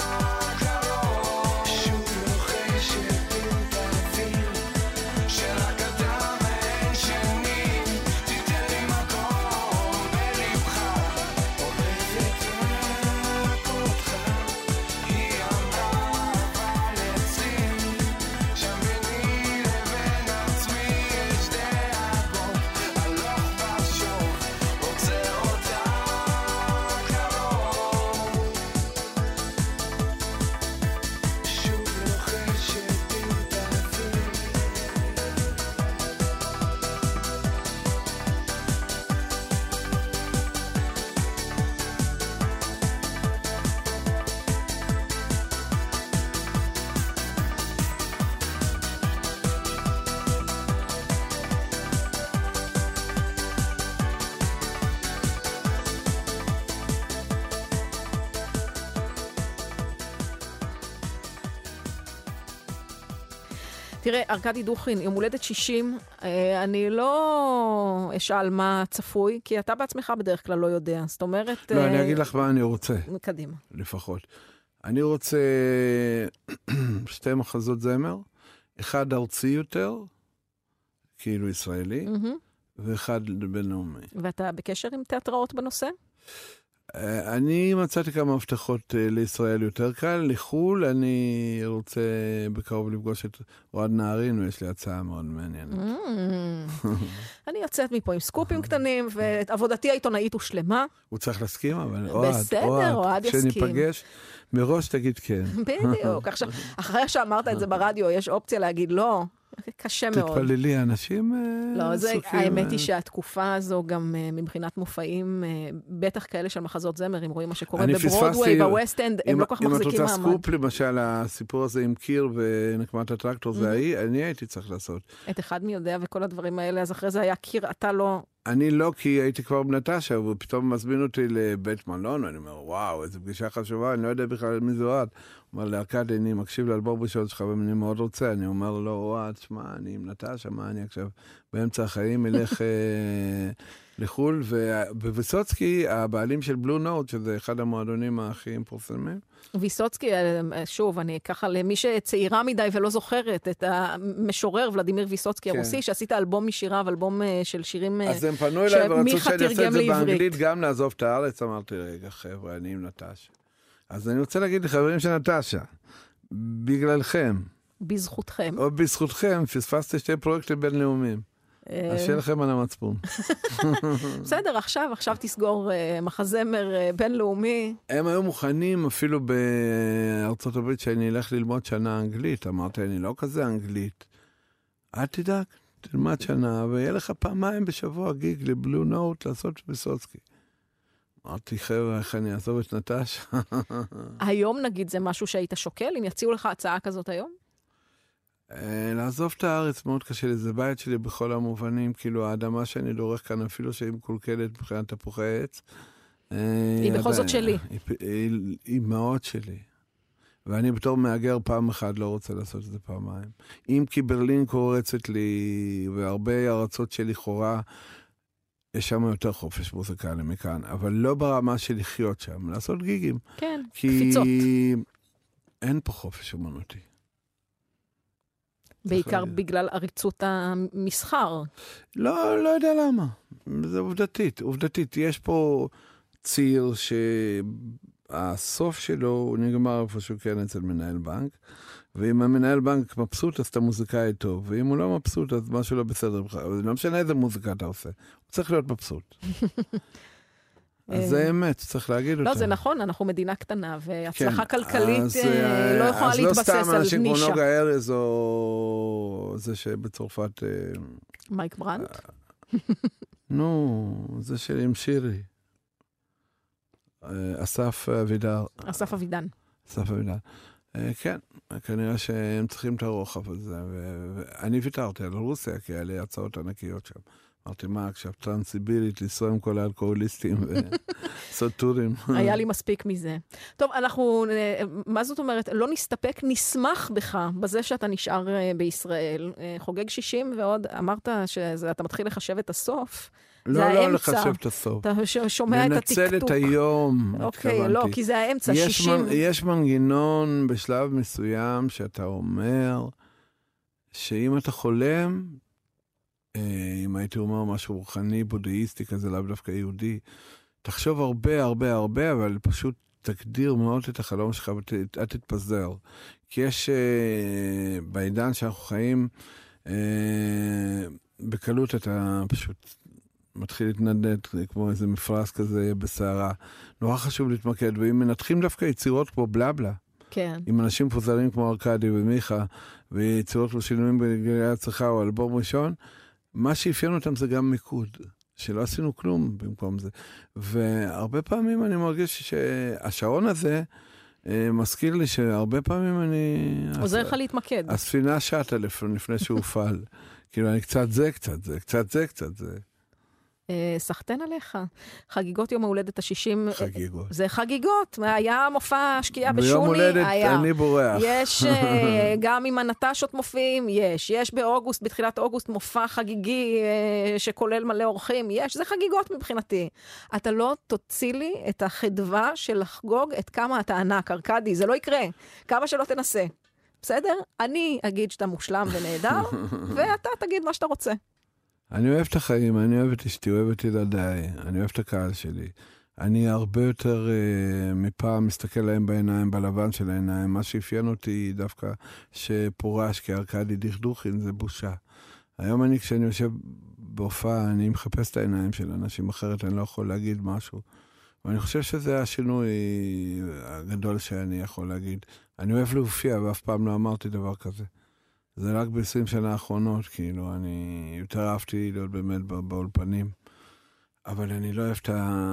Should תראה, ארכדי דוכין, יום הולדת 60, אני לא אשאל מה צפוי, כי אתה בעצמך בדרך כלל לא יודע. זאת אומרת... לא, אני אגיד לך מה אני רוצה. קדימה. לפחות. אני רוצה 2 מחזות זמר, אחד ארצי יותר, כאילו ישראלי, ואחד בינלאומי. ואתה בקשר עם תיאטראות בנושא? אני מצאתי כמה הבטחות לישראל יותר קל. לחול, אני רוצה בקרוב לפגוש את אוהד נהרין, ויש לי הצעה מאוד מעניינת. אני יוצאת מפה עם סקופים קטנים, ועבודתי העיתונאית הושלמה. הוא צריך להסכים, אבל בסדר, אוהד יסכים. כשניפגש, מראש תגיד כן. בדיוק. עכשיו, אחרי שאמרת את זה ברדיו, יש אופציה להגיד לא. קשה מאוד. תתפללי, אנשים לא, האמת היא שהתקופה הזו גם מבחינת מופעים, בטח כאלה של מחזות זמר, אם רואים מה שקורה בברודווי, בווסט אנד, הם לא כל כך מחזיקים מעמד. אם את רוצה סקופ, למשל, הסיפור הזה עם קיר ונקמת הטרקטור, אני הייתי צריך לעשות. את אחד מי יודע וכל הדברים האלה, אז אחרי זה היה קיר, אתה לא... אני לא, כי הייתי כבר בנטשה, ופתאום מזמין אותי לבית מלון, ואני אומר, וואו, איזו פגישה חשובה, אני לא יודע בכלל מי זה אוהד. הוא אומר, לארכדי, אני מקשיב לאלבום ראשון שלך, ואני מאוד רוצה. אני אומר לו, אוהד, שמע, אני עם נטשה, מה אני עכשיו באמצע החיים אלך לחול, ובוויסוצקי, הבעלים של בלו נוט, שזה אחד המועדונים הכי מפורסמים. ויסוצקי, שוב, אני ככה למי שצעירה מדי ולא זוכרת את המשורר ולדימיר ויסוצקי הרוסי, שעשית אלבום משיריו, אלבום של שירים אז הם פנו אליי ורצו שאני אעשה את זה באנגלית, גם לעזוב את הארץ. אמרתי, רגע, חבר'ה, אני עם נטשה. אז אני רוצה להגיד לחברים של נטשה, בגללכם. בזכותכם. או בזכותכם, פספסתי 2 פרויקטים בינלאומיים. אז שיהיה לכם על המצפון. בסדר, עכשיו תסגור מחזמר בינלאומי. הם היו מוכנים אפילו בארצות הברית שאני אלך ללמוד שנה אנגלית. אמרתי, אני לא כזה אנגלית. אל תדאג, תלמד שנה, ויהיה לך 2 בשבוע גיג לבלו נוט לעשות ויסוצקי. אמרתי, חבר'ה, איך אני אעזוב את נטשה? היום נגיד זה משהו שהיית שוקל, אם יציעו לך הצעה כזאת היום? לעזוב את הארץ מאוד קשה לי, זה בית שלי בכל המובנים, כאילו האדמה שאני דורך כאן, אפילו שהיא מקולקלת מבחינת תפוחי עץ. היא בכל זאת שלי. היא מאוד שלי. ואני בתור מאגר פעם אחת לא רוצה לעשות את זה פעמיים. אם כי ברלין קורצת לי, והרבה ארצות שלי חורה, יש שם יותר חופש מוזיקלי מכאן, אבל לא ברמה של לחיות שם, לעשות גיגים. כן, קפיצות. כי אין פה חופש אומנותי. בעיקר בגלל עריצות המסחר. לא יודע למה. זה עובדתית. יש פה ציר שהסוף שלו הוא נגמר איפשהו כן אצל מנהל בנק, ואם המנהל בנק מבסוט, אז אתה מוזיקאי טוב, ואם הוא לא מבסוט, אז משהו לא בסדר. לא משנה איזה מוזיקה אתה עושה. הוא צריך להיות מבסוט. אז זה אמת, צריך להגיד אותה. לא, זה נכון, אנחנו מדינה קטנה, והצלחה כלכלית לא יכולה להתבסס על נישה. אז לא סתם אנשים כמו נוגה ארז, או זה שבצרפת... מייק ברנט? נו, זה עם שירי. אסף אבידר. אסף אבידן. אסף אבידן. כן, כנראה שהם צריכים את הרוחב הזה, ואני ויתרתי על רוסיה, כי היה לי הצעות ענקיות שם. אמרתי, מה עכשיו, טרנסיבילית, לנסוע עם כל האלכוהוליסטים לעשות טורים. היה לי מספיק מזה. טוב, אנחנו, מה זאת אומרת? לא נסתפק, נשמח בך, בזה שאתה נשאר בישראל. חוגג 60 ועוד, אמרת שאתה מתחיל לחשב את הסוף. לא לחשב את הסוף. אתה שומע את הטיקטוק. לנצל את היום, אוקיי, לא, כי זה האמצע, 60. יש מנגנון בשלב מסוים שאתה אומר, שאם אתה חולם, אם הייתי אומר משהו רוחני, בודהיסטי כזה, לאו דווקא יהודי, תחשוב הרבה, אבל פשוט תגדיר מאוד את החלום שלך, ואל תתפזר. כי יש בעידן שאנחנו חיים, בקלות אתה פשוט מתחיל להתנדנד, כמו איזה מפרס כזה בסערה. נורא חשוב להתמקד, ואם מנתחים דווקא יצירות כמו בלבלה, כן. עם אנשים מפוזרים כמו ארכדי ומיכה, ויצירות לשינויים בגלי הצריכה או אלבום ראשון, מה שאפיין אותם זה גם מיקוד, שלא עשינו כלום במקום זה. והרבה פעמים אני מרגיש שהשעון הזה מזכיר לי שהרבה פעמים אני... עוזר לך להתמקד. הספינה שטה לפני שהוא פעל. כאילו אני קצת זה. סחטן עליך. חגיגות יום ההולדת ה-60. חגיגות. זה חגיגות. היה מופע שקיעה בשוני. ביום הולדת אני בורח. יש, גם עם הנטשות מופיעים, יש באוגוסט, בתחילת אוגוסט, מופע חגיגי שכולל מלא אורחים. זה חגיגות מבחינתי. אתה לא תוציא לי את החדווה של לחגוג את כמה אתה ענק, ארקדי. זה לא יקרה. כמה שלא תנסה. בסדר? אני אגיד שאתה מושלם ונהדר, ואתה תגיד מה שאתה רוצה. אני אוהב את החיים, אני אוהב את אשתי, אוהב את ילדיי, אני אוהב את הקהל שלי. אני הרבה יותר מפעם מסתכל להם בעיניים, בלבן של העיניים. מה שאפיין אותי דווקא שפורש כארקדי דכדוכין, זה בושה. היום כשאני יושב בהופעה, אני מחפש את העיניים של אנשים, אחרת אני לא יכול להגיד משהו. ואני חושב שזה השינוי הגדול שאני יכול להגיד. אני אוהב להופיע, ואף פעם לא אמרתי דבר כזה. זה רק ב-20 שנה האחרונות, כאילו, אני יותר אהבתי להיות באמת באולפנים, אבל אני לא אוהב את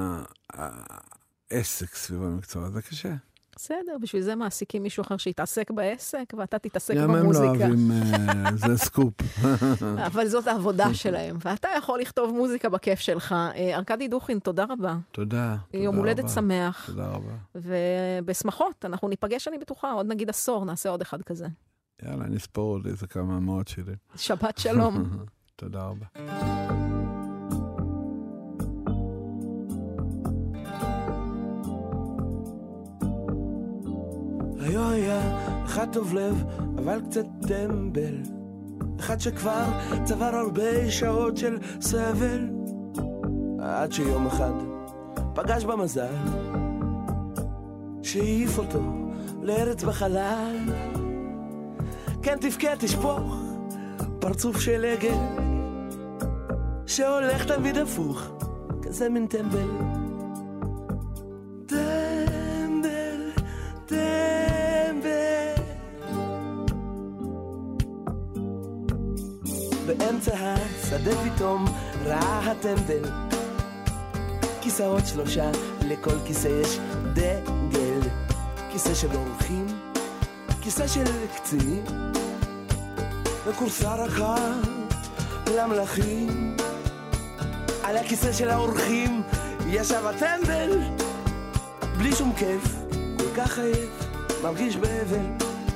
העסק סביב המקצוע, זה קשה. בסדר, בשביל זה מעסיקים מישהו אחר שיתעסק בעסק, ואתה תתעסק גם במוזיקה. הם לא אוהבים, זה סקופ. אבל זאת העבודה שלהם, ואתה יכול לכתוב מוזיקה בכיף שלך. ארקדי דוכין, תודה רבה. תודה. יום הולדת שמח. תודה רבה. ובשמחות, אנחנו ניפגש, אני בטוחה, עוד נגיד עשור, נעשה עוד אחד כזה. יאללה, נספור עוד איזה כמה מאות שלי. שבת שלום. תודה רבה. היה אחד טוב לב, אבל קצת טמבל. אחד שכבר צבר הרבה שעות של סבל. עד שיום אחד פגש במזל שהעיף אותו לארץ בחלל. כן תבכה תשפוך פרצוף של עגל שהולך תמיד הפוך, כזה מין טמבל. טמבל, טמבל. באמצע השדה פתאום ראה הטמבל כיסאות 3, לכל כיסא יש דגל. כיסא של אורחים, כיסא של קצינים, וכורסה אחת למלכים. על הכיסא של האורחים ישב הטמבל בלי שום כיף, כל כך עייף, מרגיש באבל.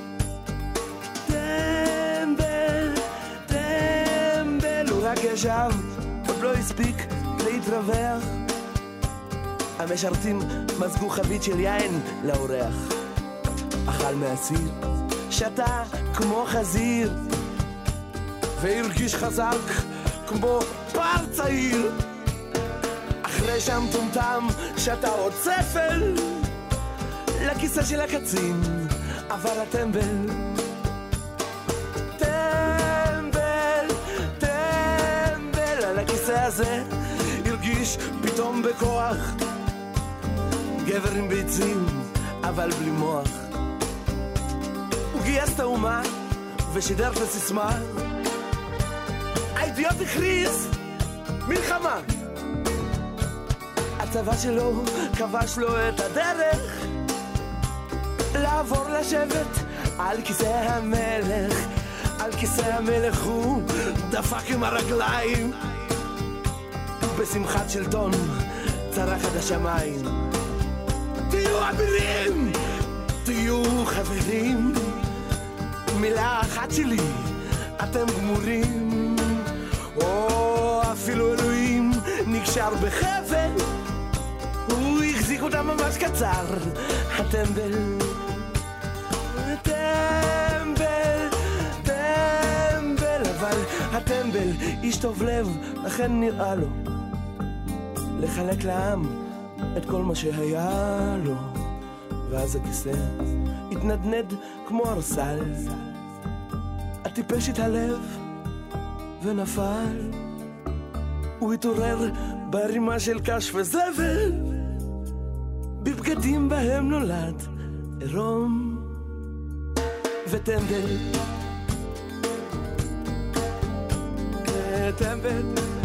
טמבל, טמבל, הוא רק ישב, עוד לא הספיק להתרווח. המשרתים מזגו חבית של יין לאורח, אכל מהסיר, שתה כמו חזיר, והרגיש חזק כמו פר צעיר. אחרי שם טומטם שתה עוד צפל, לכיסא של הקצין עבר הטמבל. טמבל, טמבל, על הכיסא הזה הרגיש פתאום בכוח, גבר עם ביצים אבל בלי מוח. הוא גייס את האומה ושידר את הסיסמה, האידיוט הכריז מלחמה. הצבא שלו כבש לו את הדרך לעבור לשבת על כיסא המלך. על כיסא המלך הוא דפק עם הרגליים, בשמחת שלטון צרח עד השמיים. תהיו אבירים, תהיו חברים, מילה אחת שלי אתם גמורים. או אפילו אלוהים נקשר בחבל, הוא החזיק אותם ממש קצר, הטמבל. טמבל, טמבל, אבל הטמבל איש טוב לב, לכן נראה לו לחלק לעם את כל מה שהיה לו. ואז הכיסא התנדנד כמו ארסל, הטיפש התהלב ונפל. הוא התעורר ברימה של קש וזבל, בבגדים בהם נולד עירום וטמבל. טמבל